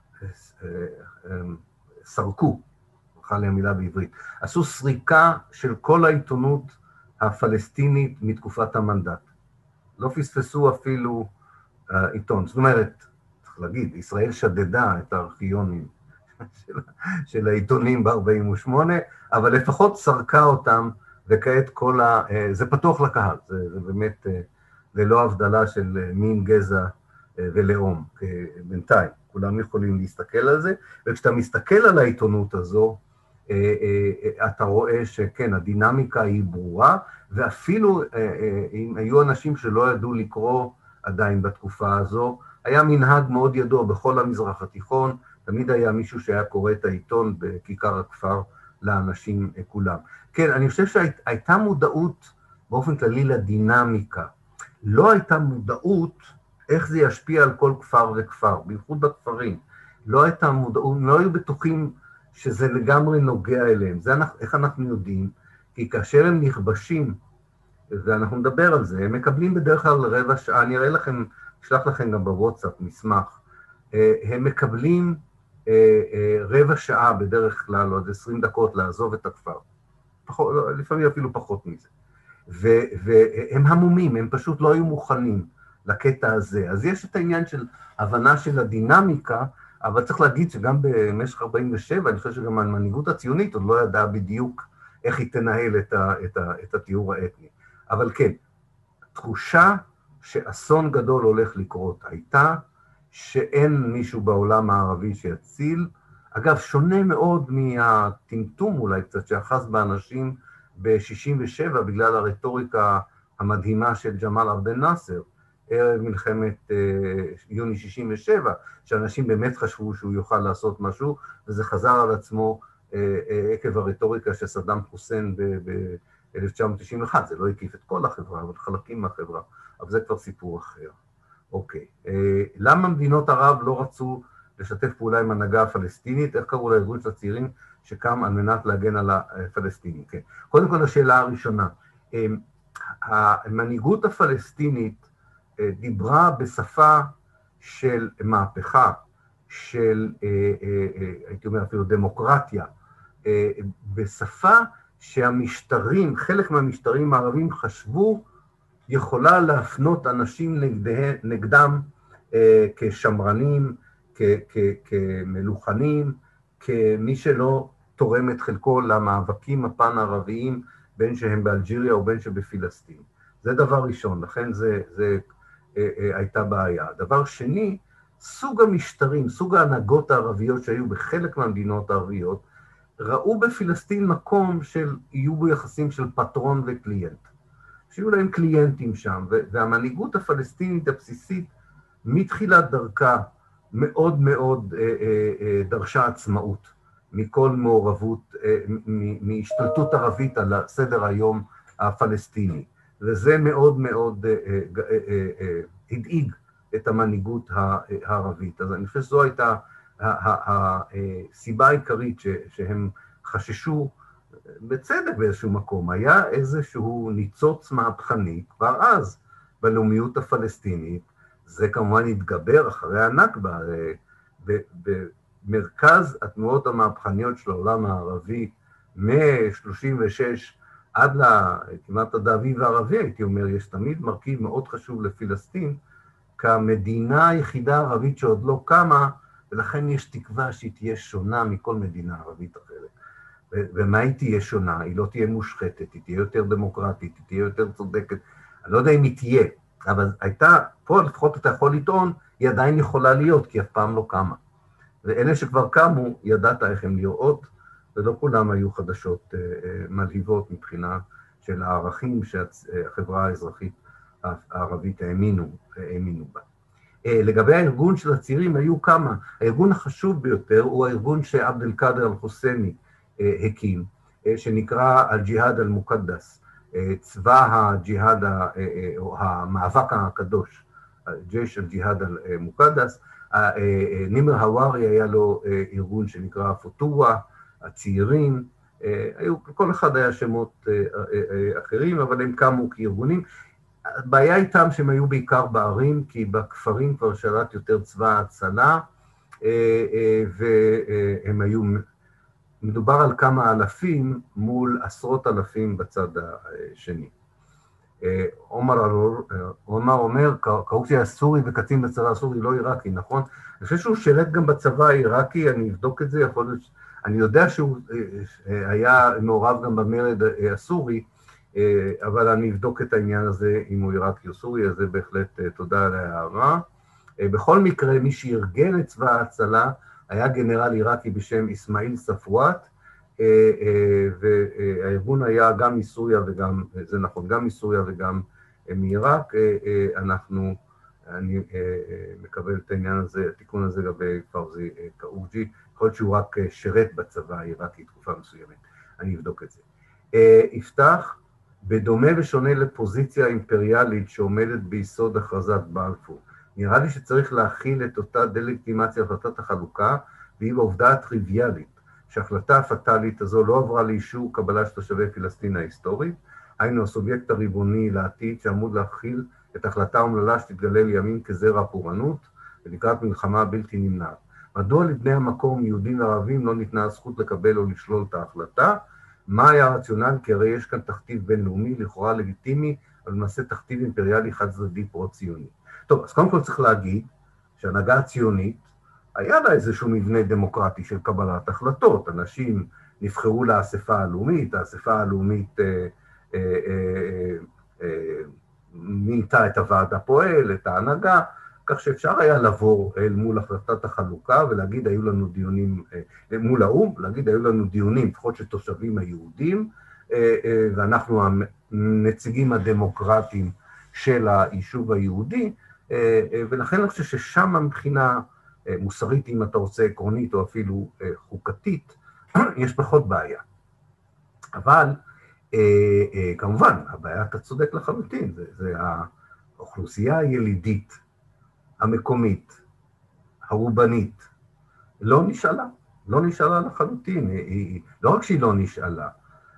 סרקו, הלכה לי המילה בעברית, עשו סריקה של כל העיתונות הפלסטינית מתקופת המנדט. לא פספסו אפילו עיתון. זאת אומרת, צריך להגיד, ישראל שדדה את הארכיונים של העיתונים ב-48, אבל לפחות סרקה אותם, וכעת זה פתוח לקהל, זה באמת ללא הבדלה של מין, גזע ולאום, בינתיים, כולם יכולים להסתכל על זה, וכשאתה מסתכל על העיתונות הזו, אתה רואה שכן, הדינמיקה היא ברורה, ואפילו אם היו אנשים שלא ידעו לקרוא עדיין בתקופה הזו, היה מנהג מאוד ידוע בכל המזרח התיכון, תמיד היה מישהו שהיה קורא את העיתון בכיכר הכפר לאנשים כולם. כן, אני חושב שהייתה מודעות באופן כללי לדינמיקה. לא הייתה מודעות איך זה ישפיע על כל כפר וכפר, בייחוד בכפרים. לא הייתה מודעות, לא היו בטוחים שזה לגמרי נוגע אליהם. זה איך אנחנו יודעים? כי כאשר הם נכבשים, ואנחנו נדבר על זה, הם מקבלים בדרך כלל רבע שעה, אני אראה לכם, אשלח לכם גם בוואטסאפ מסמך, הם מקבלים רבע שעה בדרך כלל, עוד 20 דקות לעזוב את הכפר, לפעמים אפילו פחות מזה, והם המומים, הם פשוט לא היו מוכנים לקטע הזה, אז יש את העניין של הבנה של הדינמיקה, אבל צריך להגיד שגם במשך 47, אני חושב שגם המנהיגות הציונית עוד לא ידעה בדיוק איך היא תנהל את התיאור האתני. אבל כן, תחושה שאסון גדול הולך לקרות הייתה, שאין מישהו בעולם הערבי שיציל. אגב, שונה מאוד מהטמטום אולי קצת שאחז באנשים ב-67, בגלל הרטוריקה המדהימה של ג'מאל עבד אל-נאצר, ערב מלחמת יוני 67, שאנשים באמת חשבו שהוא יוכל לעשות משהו, וזה חזר על עצמו עקב הרטוריקה של סדאם חוסיין ב-1991, זה לא הקיף את כל החברה, אבל חלקים מהחברה, אבל זה כבר סיפור אחר. אוקיי, למה מדינות ערב לא רצו לשתף פעולה עם הנהגה הפלסטינית? איך קראו לארגון של הצעירים שקם על מנת להגן על הפלסטינים? כן. קודם כל, השאלה הראשונה, המנהיגות הפלסטינית דיברה בשפה של מהפכה, של, הייתי אומר אפילו דמוקרטיה, בשפה שהמשטרים, חלק מהמשטרים הערבים חשבו, יכולה להפנות אנשים נגדם כשמרנים, כמלוכנים, כמי שלא תורם את חלקו למאבקים הפן-ערביים, בין שהם באלג'יריה או בין שבפלסטין. זה דבר ראשון, לכן זה הייתה בעיה. דבר שני, סוג המשטרים, סוג ההנהגות הערביות שהיו בחלק מהמדינות הערביות, ראו בפלסטין מקום של יהיו בו יחסים של פטרון וקליינט. שיהיו להם קליינטים שם, והמנהיגות הפלסטינית הבסיסית, מתחילת דרכה, מאוד מאוד דרשה עצמאות, מכל מעורבות, מהשתלטות ערבית על סדר היום הפלסטיני. וזה מאוד מאוד הדאיג את המנהיגות הערבית. אז אני חושב שזו הייתה הסיבה העיקרית שהם חששו, בצדק באיזשהו מקום, היה איזשהו ניצוץ מהפכני כבר אז בלאומיות הפלסטינית. זה כמובן התגבר אחרי הנכבה, במרכז התנועות המהפכניות של העולם הערבי, מ-36 עד כמעט עד האביב הערבי, הייתי אומר, יש תמיד מרכיב מאוד חשוב לפלסטין, כמדינה היחידה הערבית שעוד לא קמה, ולכן יש תקווה שהיא תהיה שונה מכל מדינה ערבית אחרת. ומה היא תהיה שונה? היא לא תהיה מושחתת, היא תהיה יותר דמוקרטית, היא תהיה יותר צודקת. אני לא יודע אם היא תהיה, אבל הייתה, פה לפחות אתה יכול לטעון, היא עדיין יכולה להיות, כי אף פעם לא קמה. ואלה שכבר קמו, ידעת איך הם לראות, ולא כולם היו חדשות מלהיבות מבחינה של הערכים שהחברה האזרחית הערבית האמינו בה. לגבי הארגון של הצעירים היו כמה. הארגון החשוב ביותר הוא הארגון שעבד אל-קאדר אל-חוסייני הקים, שנקרא אל-ג'יהאד אל-מוקדס, צבא הג'יהאד או המאבק הקדוש, ג'יש אל-ג'יהאד אל-מוקדס. נימר הווארי היה לו ארגון שנקרא פוטואה, הצעירים, כל אחד היה שמות אחרים, אבל הם קמו כארגונים. הבעיה איתם שהם היו בעיקר בערים, כי בכפרים כבר שלט יותר צבא הצלה, והם היו, מדובר על כמה אלפים מול עשרות אלפים בצד השני. עומר אומר, קראתי הסורי וקצין בצבא הסורי, לא עיראקי, נכון? אני חושב שהוא שרת גם בצבא העיראקי, אני אבדוק את זה, יכול להיות, אני יודע שהוא היה מעורב גם במרד הסורי, אבל אני אבדוק את העניין הזה אם הוא עיראקי או סורי, אז זה בהחלט תודה על ההערה. בכל מקרה, מי שארגן את צבא ההצלה היה גנרל עיראקי בשם אסמאעיל ספואט, והארגון היה גם מסוריה וגם, זה נכון, גם מסוריה וגם מעיראק. אני מקבל את העניין הזה, התיקון הזה לגבי פאוזי קאוג'י, יכול להיות שהוא רק שרת בצבא העיראקי תקופה מסוימת, אני אבדוק את זה. יפתח, בדומה ושונה לפוזיציה אימפריאלית שעומדת ביסוד הכרזת בלפור, נראה לי שצריך להכיל את אותה דלגיטימציה להחלטת החלוקה, והיא בעובדה הטריוויאלית, שההחלטה הפטאלית הזו לא עברה לאישור קבלה של תושבי פלסטין ההיסטורית, היינו הסובייקט הריבוני לעתיד שעמוד להכיל את ההחלטה האומללה שתתגלה לימים כזרע פורענות, ולקראת מלחמה בלתי נמנעת. מדוע לבני המקום, יהודים וערבים, לא ניתנה הזכות לקבל או לשלול את ההחלטה? מה היה הרציונל? כי הרי יש כאן תכתיב בינלאומי, לכאורה לגיטימי, אבל למעשה תכתיב אימפריאלי חד-צדדי פרו-ציוני. טוב, אז קודם כל צריך להגיד שההנהגה הציונית, היה לה איזשהו מבנה דמוקרטי של קבלת החלטות. אנשים נבחרו לאספה הלאומית, האספה הלאומית מינתה את הוועד הפועל, את ההנהגה, כך שאפשר היה לבוא אל מול החלטת החלוקה ולהגיד, היו לנו דיונים, מול האום, להגיד, היו לנו דיונים, לפחות של תושבים היהודים, ואנחנו הנציגים הדמוקרטיים של היישוב היהודי, ולכן אני חושב ששם מבחינה מוסרית, אם אתה רוצה, עקרונית או אפילו חוקתית, יש פחות בעיה. אבל כמובן, הבעיה אתה צודק לחלוטין, זה האוכלוסייה הילידית, המקומית, הרובנית, לא נשאלה לחלוטין, לא רק שהיא לא נשאלה,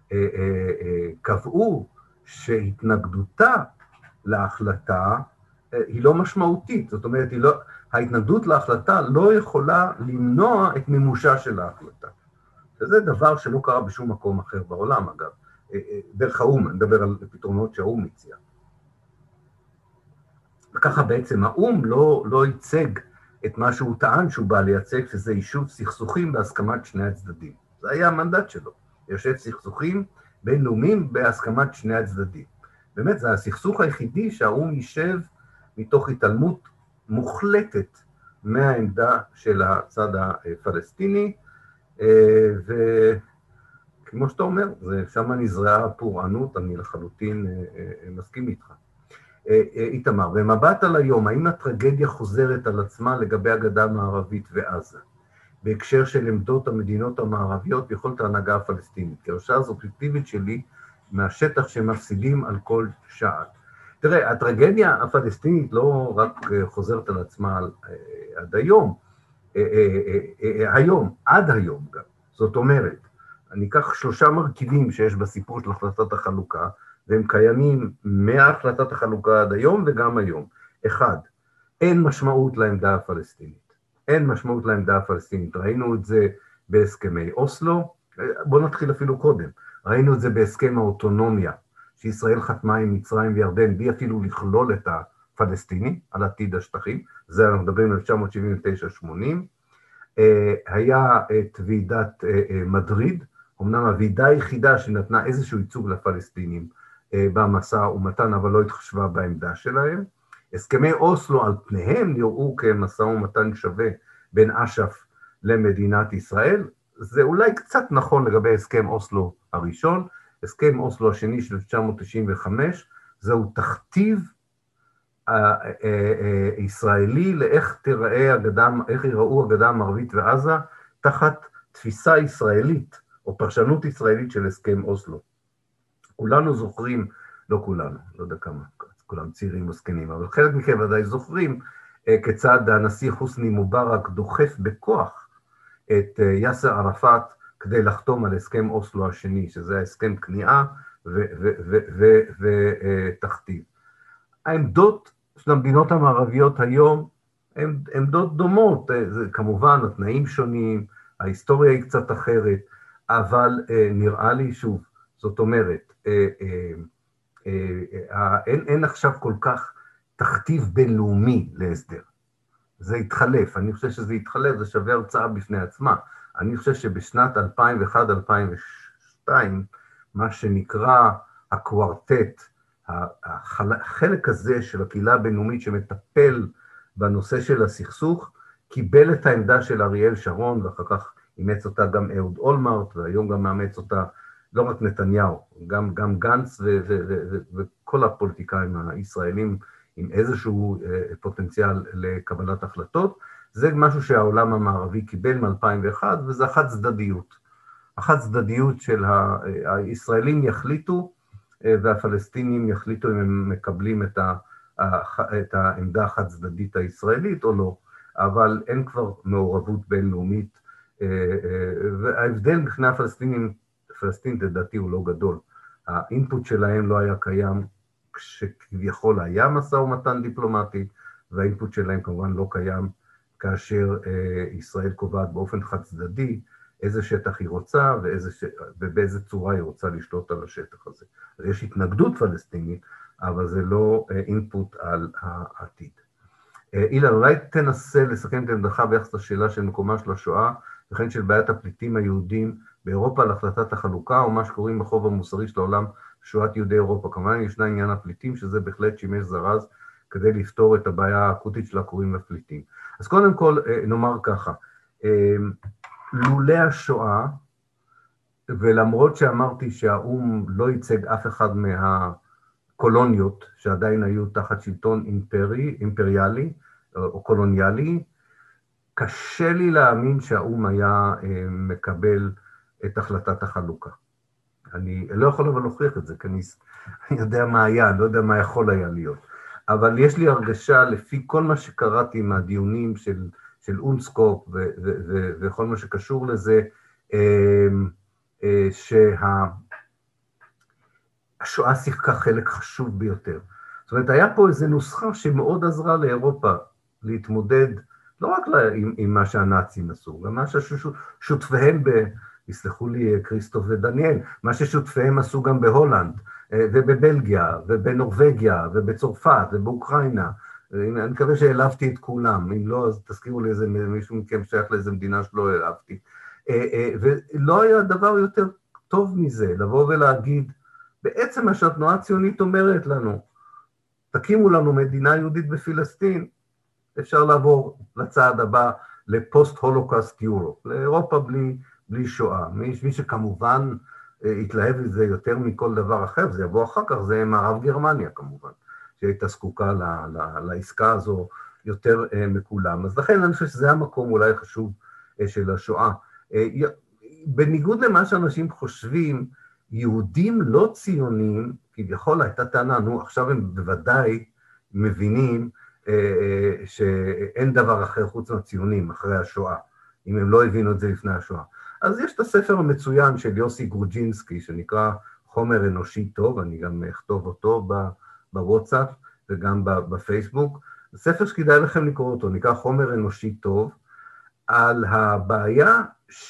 קבעו שהתנגדותה להחלטה היא לא משמעותית, זאת אומרת, ההתנגדות להחלטה לא יכולה למנוע את מימושה של ההחלטה. וזה דבר שלא קרה בשום מקום אחר בעולם, אגב. דרך האום, אני מדבר על פתרונות שהאום הציע. וככה בעצם האום לא ייצג את מה שהוא טען שהוא בא לייצג, שזה יישוב סכסוכים בהסכמת שני הצדדים. זה היה המנדט שלו, יושב סכסוכים בינלאומיים בהסכמת שני הצדדים. באמת, זה הסכסוך היחידי שהאום יישב מתוך התעלמות מוחלטת מהעמדה של הצד הפלסטיני, וכמו שאתה אומר, שם נזרעה הפורענות, אני לחלוטין מסכים איתך. איתמר, במבט על היום, האם הטרגדיה חוזרת על עצמה לגבי הגדה המערבית ועזה, בהקשר של עמדות המדינות המערביות ביכולת ההנהגה הפלסטינית? כי הרשעה הסובייקטיבית שלי מהשטח שמפסידים על כל שעל. תראה, הטרגדיה הפלסטינית לא רק חוזרת על עצמה עד היום, עד היום גם. זאת אומרת, אני אקח 3 מרכיבים שיש בסיפור של החלטת החלוקה, והם קיימים מהחלטת החלוקה עד היום וגם היום. 1, אין משמעות לעמדה הפלסטינית. אין משמעות לעמדה הפלסטינית. ראינו את זה בהסכמי אוסלו, בואו נתחיל אפילו קודם. ראינו את זה בהסכם האוטונומיה, שישראל חתמה עם מצרים וירדן, בלי אפילו לכלול את הפלסטיני על עתיד השטחים, זה אנחנו מדברים על 1979-80, היה את ועידת מדריד, אמנם הוועידה היחידה שנתנה איזשהו ייצוג לפלסטינים במשא ומתן, אבל לא התחשבה בעמדה שלהם. הסכמי אוסלו על פניהם נראו כמשא ומתן שווה בין אש"ף למדינת ישראל, זה אולי קצת נכון לגבי הסכם אוסלו הראשון, הסכם אוסלו השני של 1995, זהו תכתיב ישראלי לאיך איך ייראו הגדה המערבית ועזה, תחת תפיסה ישראלית, או פרשנות ישראלית של הסכם אוסלו. כולנו זוכרים, לא כולנו, לא יודע כמה, כולם צעירים או זקנים, אבל חלק מכם ודאי זוכרים, כיצד הנשיא חוסני מובארק דוחף בכוח את יאסר ערפאת כדי לחתום על הסכם אוסלו השני, שזה הסכם כניעה ותכתיב. העמדות של המדינות המערביות היום הן עמדות דומות, כמובן התנאים שונים, ההיסטוריה היא קצת אחרת, אבל נראה לי שוב, זאת אומרת, אין עכשיו כל כך תכתיב בינלאומי להסדר. זה התחלף, אני חושב שזה התחלף, זה שווה הרצאה בפני עצמה. אני חושב שבשנת 2001-2002, מה שנקרא הקוורטט, החלק הזה של הקהילה הבינלאומית שמטפל בנושא של הסכסוך, קיבל את העמדה של אריאל שרון, ואחר כך אימץ אותה גם אהוד אולמרט, והיום גם מאמץ אותה לא רק נתניהו, גם גנץ וכל הפוליטיקאים הישראלים עם איזשהו פוטנציאל לקבלת החלטות. זה משהו שהעולם המערבי קיבל מ-2001, וזה החד צדדיות. החד צדדיות של הישראלים יחליטו, והפלסטינים יחליטו אם הם מקבלים את העמדה החד צדדית הישראלית או לא, אבל אין כבר מעורבות בינלאומית, וההבדל בפני הפלסטינים, פלסטין לדעתי הוא לא גדול. האינפוט שלהם לא היה קיים כשכביכול היה משא ומתן דיפלומטי, והאינפוט שלהם כמובן לא קיים כאשר ישראל קובעת באופן חד צדדי איזה שטח היא רוצה ובאיזה צורה היא רוצה לשלוט על השטח הזה. אז יש התנגדות פלסטינית, אבל זה לא אינפוט על העתיד. אילן, אולי תנסה לסכם את עמדך ביחס לשאלה של מקומה של השואה, וכן של בעיית הפליטים היהודים באירופה על החלטת החלוקה, או מה שקוראים בחוב המוסרי של העולם שואת יהודי אירופה. כמובן ישנה עניין הפליטים, שזה בהחלט שימש זרז כדי לפתור את הבעיה האקוטית של הקוראים לפליטים. אז קודם כל נאמר ככה, לולא השואה, ולמרות שאמרתי שהאום לא ייצג אף אחד מהקולוניות שעדיין היו תחת שלטון אימפריאלי או קולוניאלי, קשה לי להאמין שהאום היה מקבל את החלטת החלוקה. אני לא יכול אבל להוכיח את זה, כי אני יודע מה היה, אני לא יודע מה יכול היה להיות. אבל יש לי הרגשה, לפי כל מה שקראתי מהדיונים של אונסקופ וכל מה שקשור לזה, שהשואה שיחקה חלק חשוב ביותר. זאת אומרת, היה פה איזו נוסחה שמאוד עזרה לאירופה להתמודד, לא רק עם מה שהנאצים עשו, גם מה ששותפיהם, יסלחו לי כריסטוף ודניאל, מה ששותפיהם עשו גם בהולנד, ובבלגיה, ובנורווגיה, ובצרפת, ובאוקראינה. אני מקווה שהעלבתי את כולם, אם לא, אז תזכירו לי איזה מישהו מכם שייך לאיזה מדינה שלא העלבתי. ולא היה דבר יותר טוב מזה, לבוא ולהגיד, בעצם מה שהתנועה הציונית אומרת לנו, תקימו לנו מדינה יהודית בפלסטין, אפשר לעבור לצעד הבא, לפוסט-הולוקאסט יורופ, לאירופה בלי שואה. מי שכמובן התלהב לזה יותר מכל דבר אחר, זה יבוא אחר כך, זה מערב גרמניה כמובן, שהייתה זקוקה לעסקה הזו יותר מכולם. אז לכן אני חושב שזה המקום אולי חשוב של השואה. בניגוד למה שאנשים חושבים, יהודים לא ציונים, כביכול הייתה טענה, נו עכשיו הם בוודאי מבינים שאין דבר אחר חוץ מהציונים אחרי השואה, אם הם לא הבינו את זה לפני השואה. אז יש את הספר המצוין של יוסי גרוג'ינסקי, שנקרא חומר אנושי טוב, אני גם אכתוב אותו בוואטסאפ וגם בפייסבוק, זה ספר שכדאי לכם לקרוא אותו, נקרא חומר אנושי טוב, על הבעיה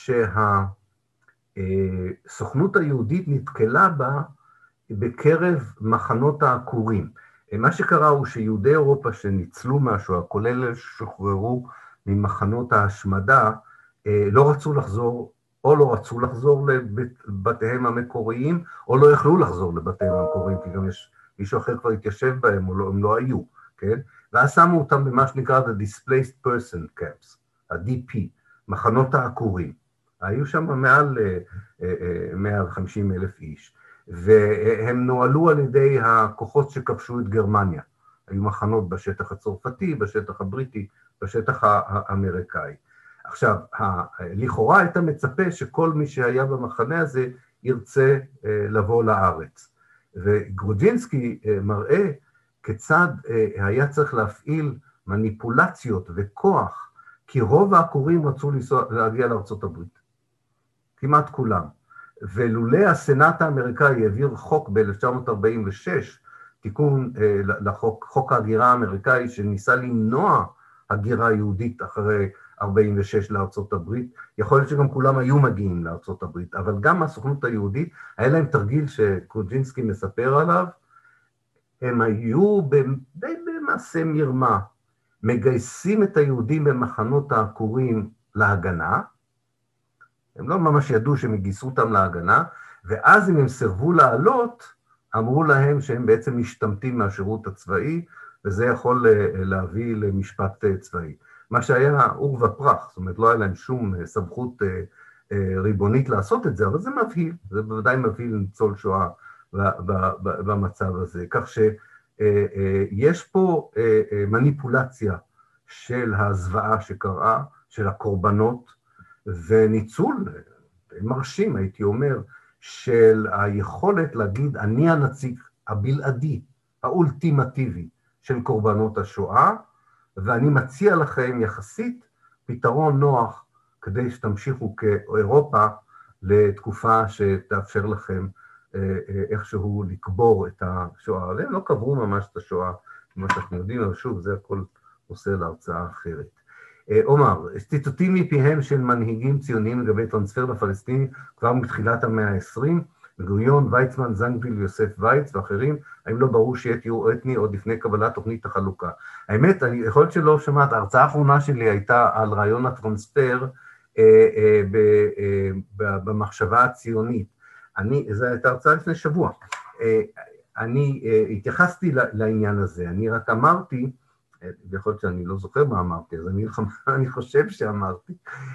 שהסוכנות היהודית נתקלה בה בקרב מחנות העקורים. מה שקרה הוא שיהודי אירופה שניצלו מהשואה, כולל אלה ששוחררו ממחנות ההשמדה, לא רצו לחזור, או לא רצו לחזור לבתיהם המקוריים, או לא יכלו לחזור לבתיהם המקוריים, כי גם יש מישהו אחר כבר התיישב בהם, או לא, הם לא היו, כן? ואז שמו אותם במה שנקרא The Displaced Person Camps, ה-DP, מחנות העקורים. היו שם מעל 150,000 איש, והם נועלו על ידי הכוחות שכבשו את גרמניה. היו מחנות בשטח הצרפתי, בשטח הבריטי, בשטח האמריקאי. עכשיו, לכאורה היית מצפה שכל מי שהיה במחנה הזה ירצה לבוא לארץ. וגרודז'ינסקי מראה כיצד היה צריך להפעיל מניפולציות וכוח, כי רוב העקורים רצו להגיע לארצות הברית. כמעט כולם. ולולא הסנאט האמריקאי העביר חוק ב-1946, תיקון לחוק, חוק ההגירה האמריקאי, שניסה למנוע הגירה יהודית אחרי 46 לארצות הברית, יכול להיות שגם כולם היו מגיעים לארצות הברית, אבל גם הסוכנות היהודית, היה להם תרגיל שקרוג'ינסקי מספר עליו, הם היו במעשה מרמה, מגייסים את היהודים במחנות העקורים להגנה, הם לא ממש ידעו שהם גייסו אותם להגנה, ואז אם הם סרבו לעלות, אמרו להם שהם בעצם משתמטים מהשירות הצבאי, וזה יכול להביא למשפט צבאי. מה שהיה עור ופרח, זאת אומרת, לא היה להם שום סמכות ריבונית לעשות את זה, אבל זה מבהיל, זה בוודאי מבהיל ניצול שואה במצב הזה. כך שיש פה מניפולציה של הזוועה שקרה, של הקורבנות, וניצול מרשים, הייתי אומר, של היכולת להגיד, אני הנציג הבלעדי, האולטימטיבי של קורבנות השואה, ואני מציע לכם יחסית פתרון נוח, כדי שתמשיכו כאירופה לתקופה שתאפשר לכם איכשהו לקבור את השואה. הם לא קברו ממש את השואה, כמו שאנחנו יודעים, אבל שוב, זה הכל עושה להרצאה אחרת. אומר, ציטוטים מפיהם של מנהיגים ציוניים לגבי טרנספר לפלסטינים כבר מתחילת המאה ה-20, גוריון, ויצמן, זנגוויל, יוסף וייץ ואחרים, האם לא ברור שיהיה טיהור אתני עוד לפני קבלת תוכנית החלוקה? האמת, אני יכול להיות שלא שמעת, ההרצאה האחרונה שלי הייתה על רעיון הטרנספר במחשבה הציונית. זו הייתה הרצאה לפני שבוע. אני התייחסתי לעניין הזה, אני רק אמרתי, ויכול להיות שאני לא זוכר מה אמרתי, אז אני חושב שאמרתי,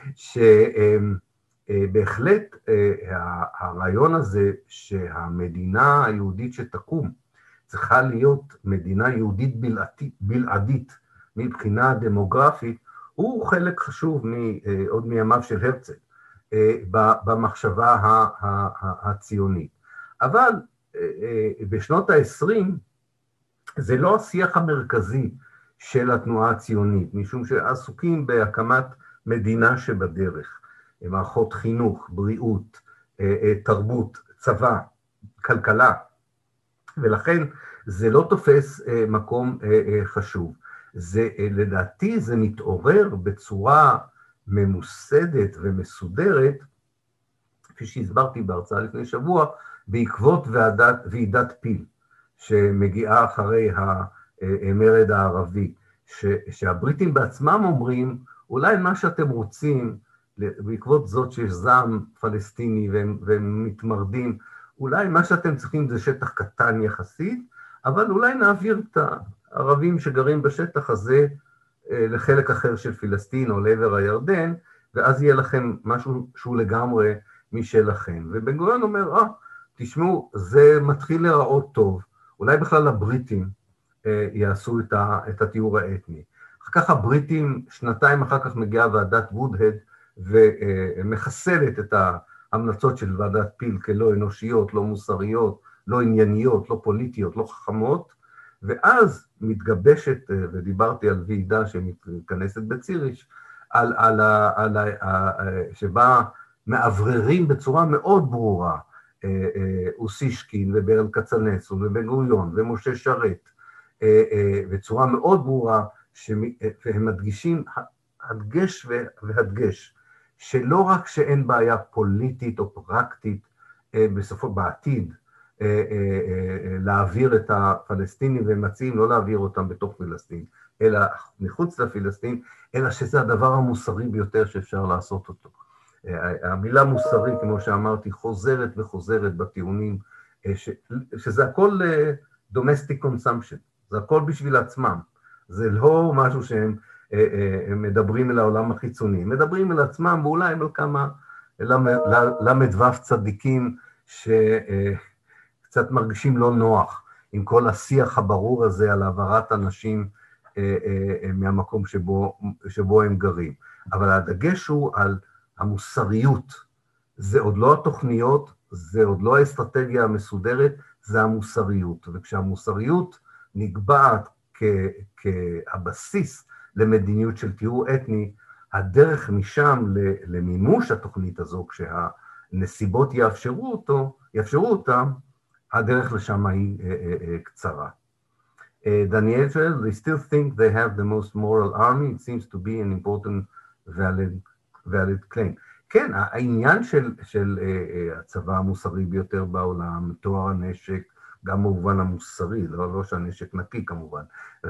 שבהחלט הרעיון הזה שהמדינה היהודית שתקום צריכה להיות מדינה יהודית בלעדית מבחינה דמוגרפית, הוא חלק חשוב עוד מימיו של הרצל במחשבה הציונית. אבל בשנות ה-20 זה לא השיח המרכזי של התנועה הציונית, משום שעסוקים בהקמת מדינה שבדרך, מערכות חינוך, בריאות, תרבות, צבא, כלכלה, ולכן זה לא תופס מקום חשוב. לדעתי זה מתעורר בצורה ממוסדת ומסודרת, כפי שהסברתי בהרצאה לפני שבוע, בעקבות ועידת פיל, שמגיעה אחרי המרד הערבי, שהבריטים בעצמם אומרים, אולי מה שאתם רוצים, בעקבות זאת שיש זעם פלסטיני והם מתמרדים, אולי מה שאתם צריכים זה שטח קטן יחסית, אבל אולי נעביר את הערבים שגרים בשטח הזה לחלק אחר של פלסטין או לעבר הירדן, ואז יהיה לכם משהו שהוא לגמרי משלכם. ובן גוריון אומר, תשמעו, זה מתחיל להיראות טוב, אולי בכלל הבריטים יעשו את הטיהור האתני. אחר כך הבריטים, שנתיים אחר כך מגיעה ועדת וודהד, ומחסלת את ההמלצות של ועדת פיל כלא אנושיות, לא מוסריות, לא ענייניות, לא פוליטיות, לא חכמות, ואז מתגבשת, ודיברתי על ועידה שמתכנסת בציריש, שבה מעבררים בצורה מאוד ברורה, אוסישקין וברל כצנלסון ובן גוריון ומשה שרת, בצורה מאוד ברורה, והם מדגישים הדגש והדגש, שלא רק שאין בעיה פוליטית או פרקטית בעתיד, להעביר את הפלסטינים, והם מציעים לא להעביר אותם בתוך פלסטין, אלא מחוץ לפלסטין, אלא שזה הדבר המוסרי ביותר שאפשר לעשות אותו. המילה מוסרי, כמו שאמרתי, חוזרת וחוזרת בטיעונים, שזה הכל domestic consumption, זה הכל בשביל עצמם, זה לא משהו שהם מדברים אל העולם החיצוני, מדברים אל עצמם ואולי על כמה למדוו צדיקים שקצת מרגישים לא נוח עם כל השיח הברור הזה על העברת אנשים מהמקום שבו הם גרים. אבל הדגש הוא על המוסריות. זה עוד לא התוכניות, זה עוד לא האסטרטגיה המסודרת, זה המוסריות. וכשהמוסריות נקבעת כהבסיס למדיניות של טיהור אתני, הדרך משם למימוש התוכנית הזו, כשהנסיבות יאפשרו אותם, הדרך לשם היא קצרה. Daniel says, they still think they have the most moral army. It seems to be an important valid claim. כן, העניין של הצבא המוסרי ביותר בעולם, טוהר הנשק, גם במובן המוסרי, לא שהנשק נקי כמובן,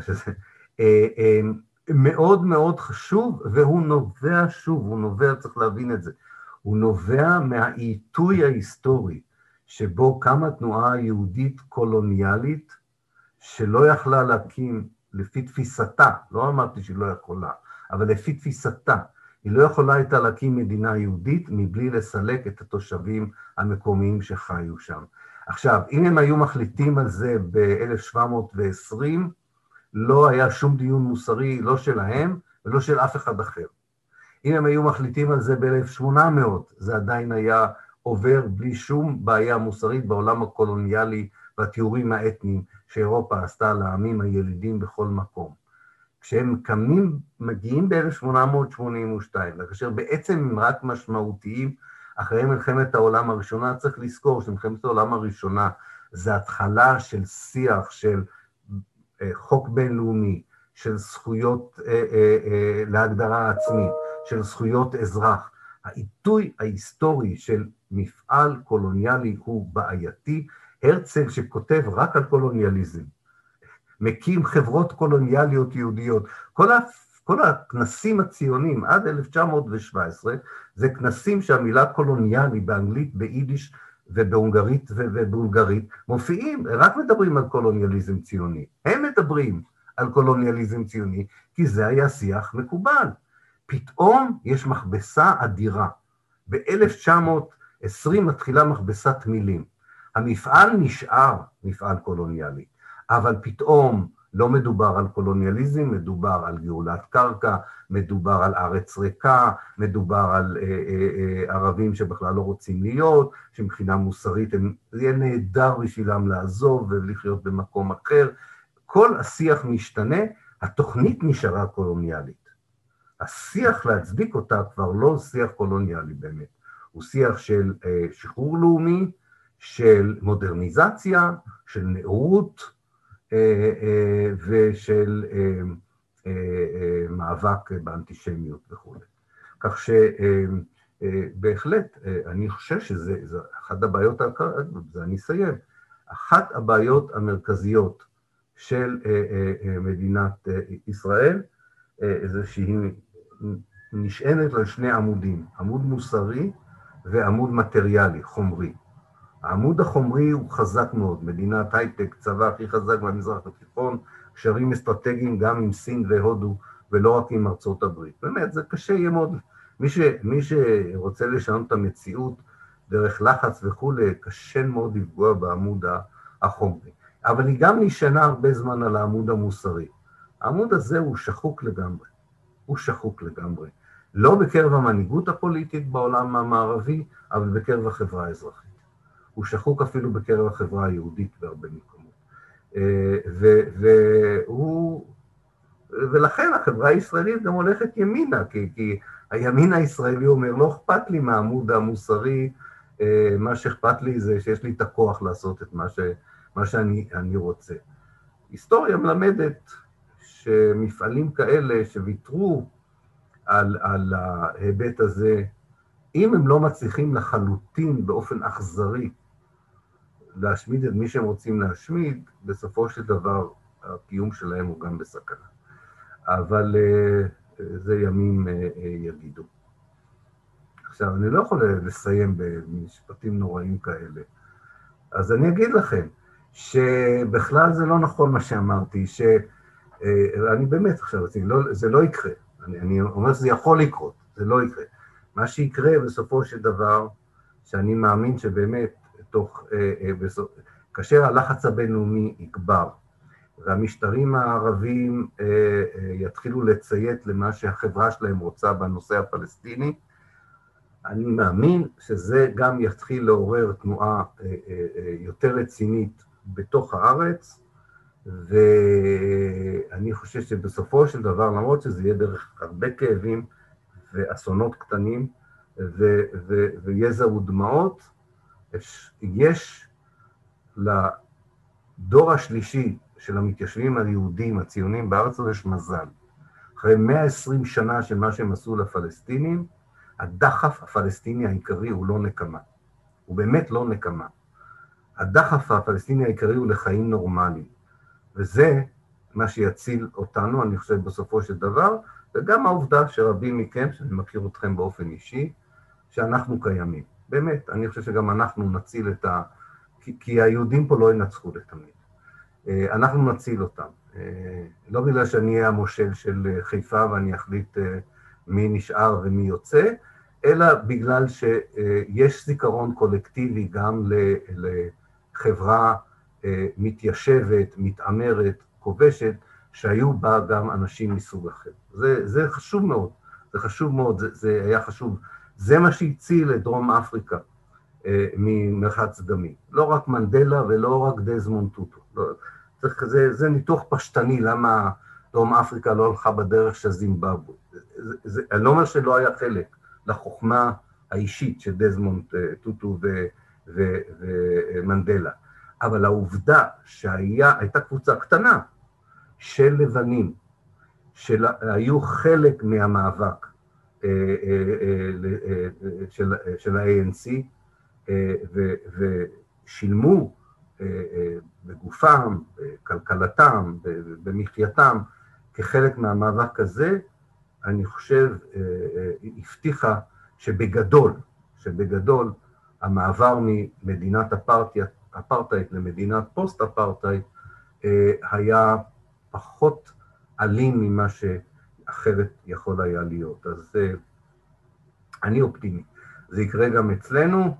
מאוד מאוד חשוב, והוא נובע, צריך להבין את זה, הוא נובע מהעיתוי ההיסטורי, שבו קמה תנועה יהודית קולוניאלית, שלא יכלה להקים לפי תפיסתה, לא אמרתי שהיא לא יכולה, אבל לפי תפיסתה, היא לא יכולה הייתה להקים מדינה יהודית מבלי לסלק את התושבים המקומיים שחיו שם. עכשיו, אם הם היו מחליטים על זה ב-1720, לא היה שום דיון מוסרי, לא שלהם ולא של אף אחד אחר. אם הם היו מחליטים על זה ב-1800, זה עדיין היה עובר בלי שום בעיה מוסרית בעולם הקולוניאלי והתיאורים האתניים שאירופה עשתה לעמים הילידים בכל מקום. כשהם מגיעים ב-1882, וכאשר בעצם הם רק משמעותיים, אחרי מלחמת העולם הראשונה, צריך לזכור שמלחמת העולם הראשונה זה התחלה של שיח, של חוק בינלאומי, של זכויות להגדרה עצמית, של זכויות אזרח. העיתוי ההיסטורי של מפעל קולוניאלי הוא בעייתי. הרצל שכותב רק על קולוניאליזם, מקים חברות קולוניאליות יהודיות. כל הכנסים הציונים עד 1917, זה כנסים שהמילה קולוניאלי באנגלית, ביידיש ובהונגרית ובבולגרית, מופיעים, רק מדברים על קולוניאליזם ציוני. הם מדברים על קולוניאליזם ציוני, כי זה היה שיח מקובל. פתאום יש מכבסה אדירה. ב-1920 מתחילה מכבסת מילים. המפעל נשאר מפעל קולוניאלי, אבל פתאום לא מדובר על קולוניאליזם, מדובר על גאולת קרקע, מדובר על ארץ ריקה, מדובר על ערבים שבכלל לא רוצים להיות, שמבחינה מוסרית זה יהיה נהדר בשבילם לעזוב ולחיות במקום אחר. כל השיח משתנה, התוכנית נשארה קולוניאלית. השיח להצדיק אותה כבר לא שיח קולוניאלי באמת, הוא שיח של שחרור לאומי, של מודרניזציה, של נאורות ושל מאבק באנטישמיות וכו'. כך שבהחלט, אני חושב שזה אחת הבעיות, אני אסיים, אחת הבעיות המרכזיות של מדינת ישראל, זה שהיא נשענת על שני עמודים, עמוד מוסרי ועמוד מטריאלי, חומרי. העמוד החומרי הוא חזק מאוד, מדינת הייטק, צבא הכי חזק במזרח התיכון, קשרים אסטרטגיים גם עם סין והודו, ולא רק עם ארצות הברית. באמת, זה קשה יהיה מאוד. מי שרוצה לשנות את המציאות דרך לחץ וכו', קשה מאוד לפגוע בעמוד החומרי. אבל היא גם נשענה הרבה זמן על העמוד המוסרי. העמוד הזה הוא שחוק לגמרי. הוא שחוק לגמרי. לא בקרב המנהיגות הפוליטית בעולם המערבי, אבל בקרב החברה האזרחית. הוא שחוק אפילו בקרב החברה היהודית בהרבה מקומות. ולכן החברה הישראלית גם הולכת ימינה, כי הימין הישראלי אומר, לא אכפת לי מהעמוד המוסרי, מה שאכפת לי זה שיש לי את הכוח לעשות את מה שאני רוצה. היסטוריה מלמדת שמפעלים כאלה שוויתרו על ההיבט הזה, אם הם לא מצליחים לחלוטין באופן אכזרי להשמיד את מי שהם רוצים להשמיד, בסופו של דבר הקיום שלהם הוא גם בסכנה. אבל זה ימים יגידו. עכשיו, אני לא יכול לסיים במשפטים נוראים כאלה. אז אני אגיד לכם שבכלל זה לא נכון מה שאמרתי, אני באמת עכשיו, זה לא יקרה. אני אומר שזה יכול לקרות, זה לא יקרה. מה שיקרה בסופו של דבר, שאני מאמין שבאמת, כאשר הלחץ הבינלאומי יגבר, והמשטרים הערבים יתחילו לציית למה שהחברה שלהם רוצה בנושא הפלסטיני, אני מאמין שזה גם יתחיל לעורר תנועה יותר רצינית בתוך הארץ, ואני חושב שבסופו של דבר, למרות שזה יהיה דרך הרבה כאבים ואסונות קטנים ויזע ודמעות, יש לדור השלישי של המתיישבים היהודים, הציונים בארץ הזו, יש מזל. אחרי 120 שנה של מה שהם עשו לפלסטינים, הדחף הפלסטיני העיקרי הוא לא נקמה. הוא באמת לא נקמה. הדחף הפלסטיני העיקרי הוא לחיים נורמליים. וזה מה שיציל אותנו, אני חושב, בסופו של דבר, וגם העובדה שרבים מכם, שאני מכיר אתכם באופן אישי, שאנחנו קיימים. באמת, אני חושב שגם אנחנו נציל כי היהודים פה לא ינצחו לתמיד. אנחנו נציל אותם. לא בגלל שאני אהיה המושל של חיפה ואני אחליט מי נשאר ומי יוצא, אלא בגלל שיש זיכרון קולקטיבי גם לחברה מתיישבת, מתעמרת, כובשת, שהיו בה גם אנשים מסוג אחר. זה חשוב מאוד, זה חשוב מאוד, זה היה חשוב. זה מה שהציל את דרום אפריקה ממרחץ דמים. לא רק מנדלה ולא רק דזמונד טוטו. זה ניתוח פשטני למה דרום אפריקה לא הלכה בדרך של זימבבואה. אני לא אומר שלא היה חלק לחוכמה האישית של דזמונד טוטו ומנדלה, אבל העובדה שהייתה קבוצה קטנה של לבנים, שהיו חלק מהמאבק של ה-ANC, ושילמו בגופם, בכלכלתם, במחייתם, כחלק מהמאבק הזה, אני חושב, הבטיחה שבגדול, המעבר ממדינת אפרטהייד למדינת פוסט-אפרטהייד, היה פחות אלים ממה שאחרת יכול היה להיות. אז אני אופטימי. זה יקרה גם אצלנו,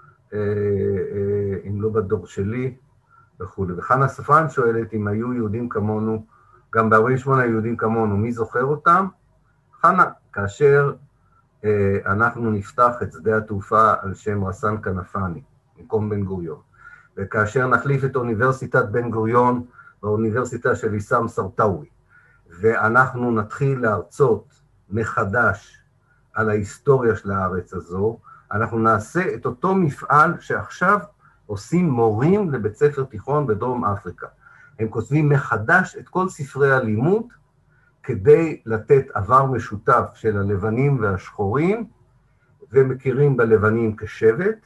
אם לא בדור שלי וכו'. וחנה ספרן שואלת אם היו יהודים כמונו, גם ב-48 יהודים כמונו, מי זוכר אותם? חנה, כאשר אנחנו נפתח את שדה התעופה על שם רסן כנפני, במקום בן גוריון, וכאשר נחליף את אוניברסיטת בן גוריון באוניברסיטה של איסם סרטאוי, ואנחנו נתחיל להרצות מחדש על ההיסטוריה של הארץ הזו, אנחנו נעשה את אותו מפעל שעכשיו עושים מורים לבית ספר תיכון בדרום אפריקה. הם כותבים מחדש את כל ספרי הלימוד, כדי לתת עבר משותף של הלבנים והשחורים, ומכירים בלבנים כשבט,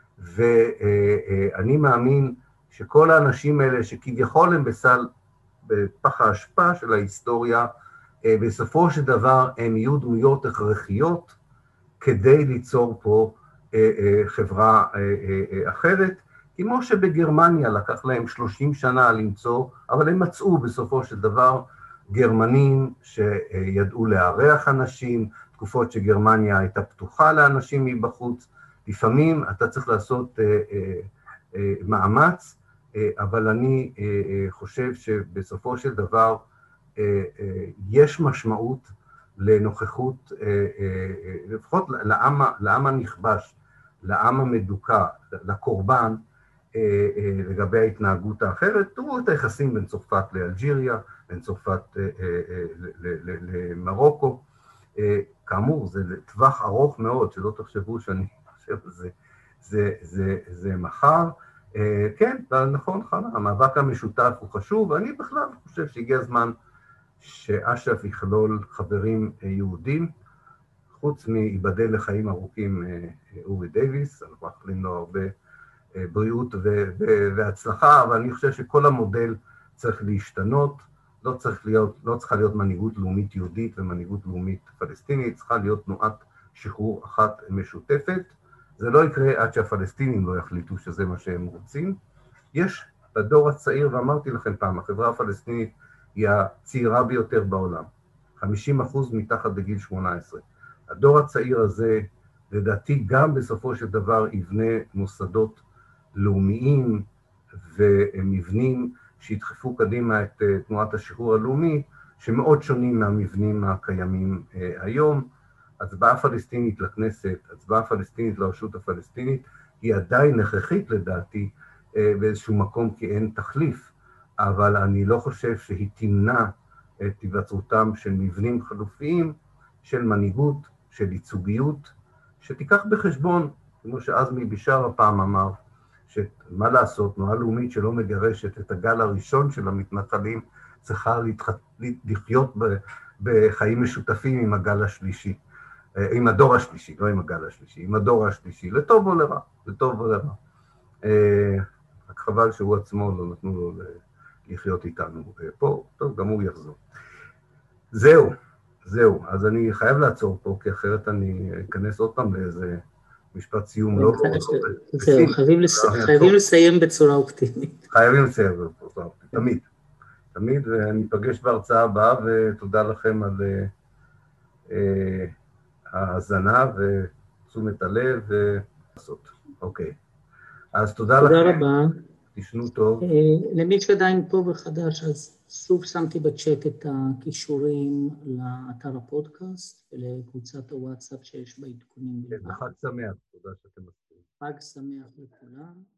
ואני מאמין שכל האנשים האלה שכביכול הם בפח האשפה של ההיסטוריה, בסופו של דבר הם יהיו דמויות הכרחיות, כדי ליצור פה חברה אחרת, כמו שבגרמניה לקח להם 30 שנה למצוא, אבל הם מצאו בסופו של דבר גרמנים שידעו לארח אנשים, תקופות שגרמניה הייתה פתוחה לאנשים מבחוץ, לפעמים אתה צריך לעשות מאמץ, אבל אני חושב שבסופו של דבר יש משמעות לנוכחות, לפחות לעם הנכבש, לעם המדוכא, לקורבן, לגבי ההתנהגות האחרת. תראו את היחסים בין צרפת לאלג'יריה, בין צרפת למרוקו. כאמור, זה לטווח ארוך מאוד, שלא תחשבו שאני חושב זה מחר. כן, נכון, חנה, המאבק המשותף הוא חשוב, ואני בכלל חושב שהגיע הזמן שאש"ף יכלול חברים יהודים, חוץ מבדל לחיים ארוכים אורי דייוויס, אנחנו מאחלים לו הרבה בריאות והצלחה, אבל אני חושב שכל המודל צריך להשתנות, לא צריכה להיות מנהיגות לאומית יהודית ומנהיגות לאומית פלסטינית, צריכה להיות תנועת שחרור אחת משותפת. זה לא יקרה עד שהפלסטינים לא יחליטו שזה מה שהם רוצים. יש בדור הצעיר, ואמרתי לכם פעם, החברה הפלסטינית היא הצעירה ביותר בעולם, 50% מתחת לגיל 18. הדור הצעיר הזה לדעתי גם בסופו של דבר יבנה מוסדות לאומיים ומבנים שידחפו קדימה את תנועת השחרור הלאומי, שמאוד שונים מהמבנים הקיימים היום. הצבעה פלסטינית לכנסת, הצבעה פלסטינית לרשות הפלסטינית, היא עדיין הכרחית לדעתי באיזשהו מקום כי אין תחליף, אבל אני לא חושב שהיא תמנע את היווצרותם של מבנים חלופיים, של מנהיגות, של ייצוגיות, שתיקח בחשבון, כמו שעזמי בשארה פעם אמר, שמה לעשות, תנועה לאומית שלא מגרשת את הגל הראשון של המתנחלים, צריכה לחיות בחיים משותפים עם הגל השלישי, עם הדור השלישי, לא עם הגל השלישי, עם הדור השלישי, לטוב או לרע, לטוב או לרע. רק חבל שהוא עצמו לא נתנו לו לחיות איתנו פה, טוב, גם הוא יחזור. זהו, אז אני חייב לעצור פה, כי אחרת אני אכנס עוד פעם לאיזה משפט סיום לא... זהו, חייבים לסיים בצורה אופטימית. חייבים לסיים בצורה אופטימית, תמיד, ואני אפגש בהרצאה הבאה, ותודה לכם על ההאזנה ותשומת הלב ולעשות. אוקיי, אז תודה לכם. תודה רבה. תשנו טוב. למי שעדיין פה וחדש, אז שוב שמתי בצ'אט את הכישורים לאתר הפודקאסט ולקבוצת הוואטסאפ שיש בה עדכונים בלבד. חג שמח, תודה שאתם מסתכלים. חג שמח לכולם.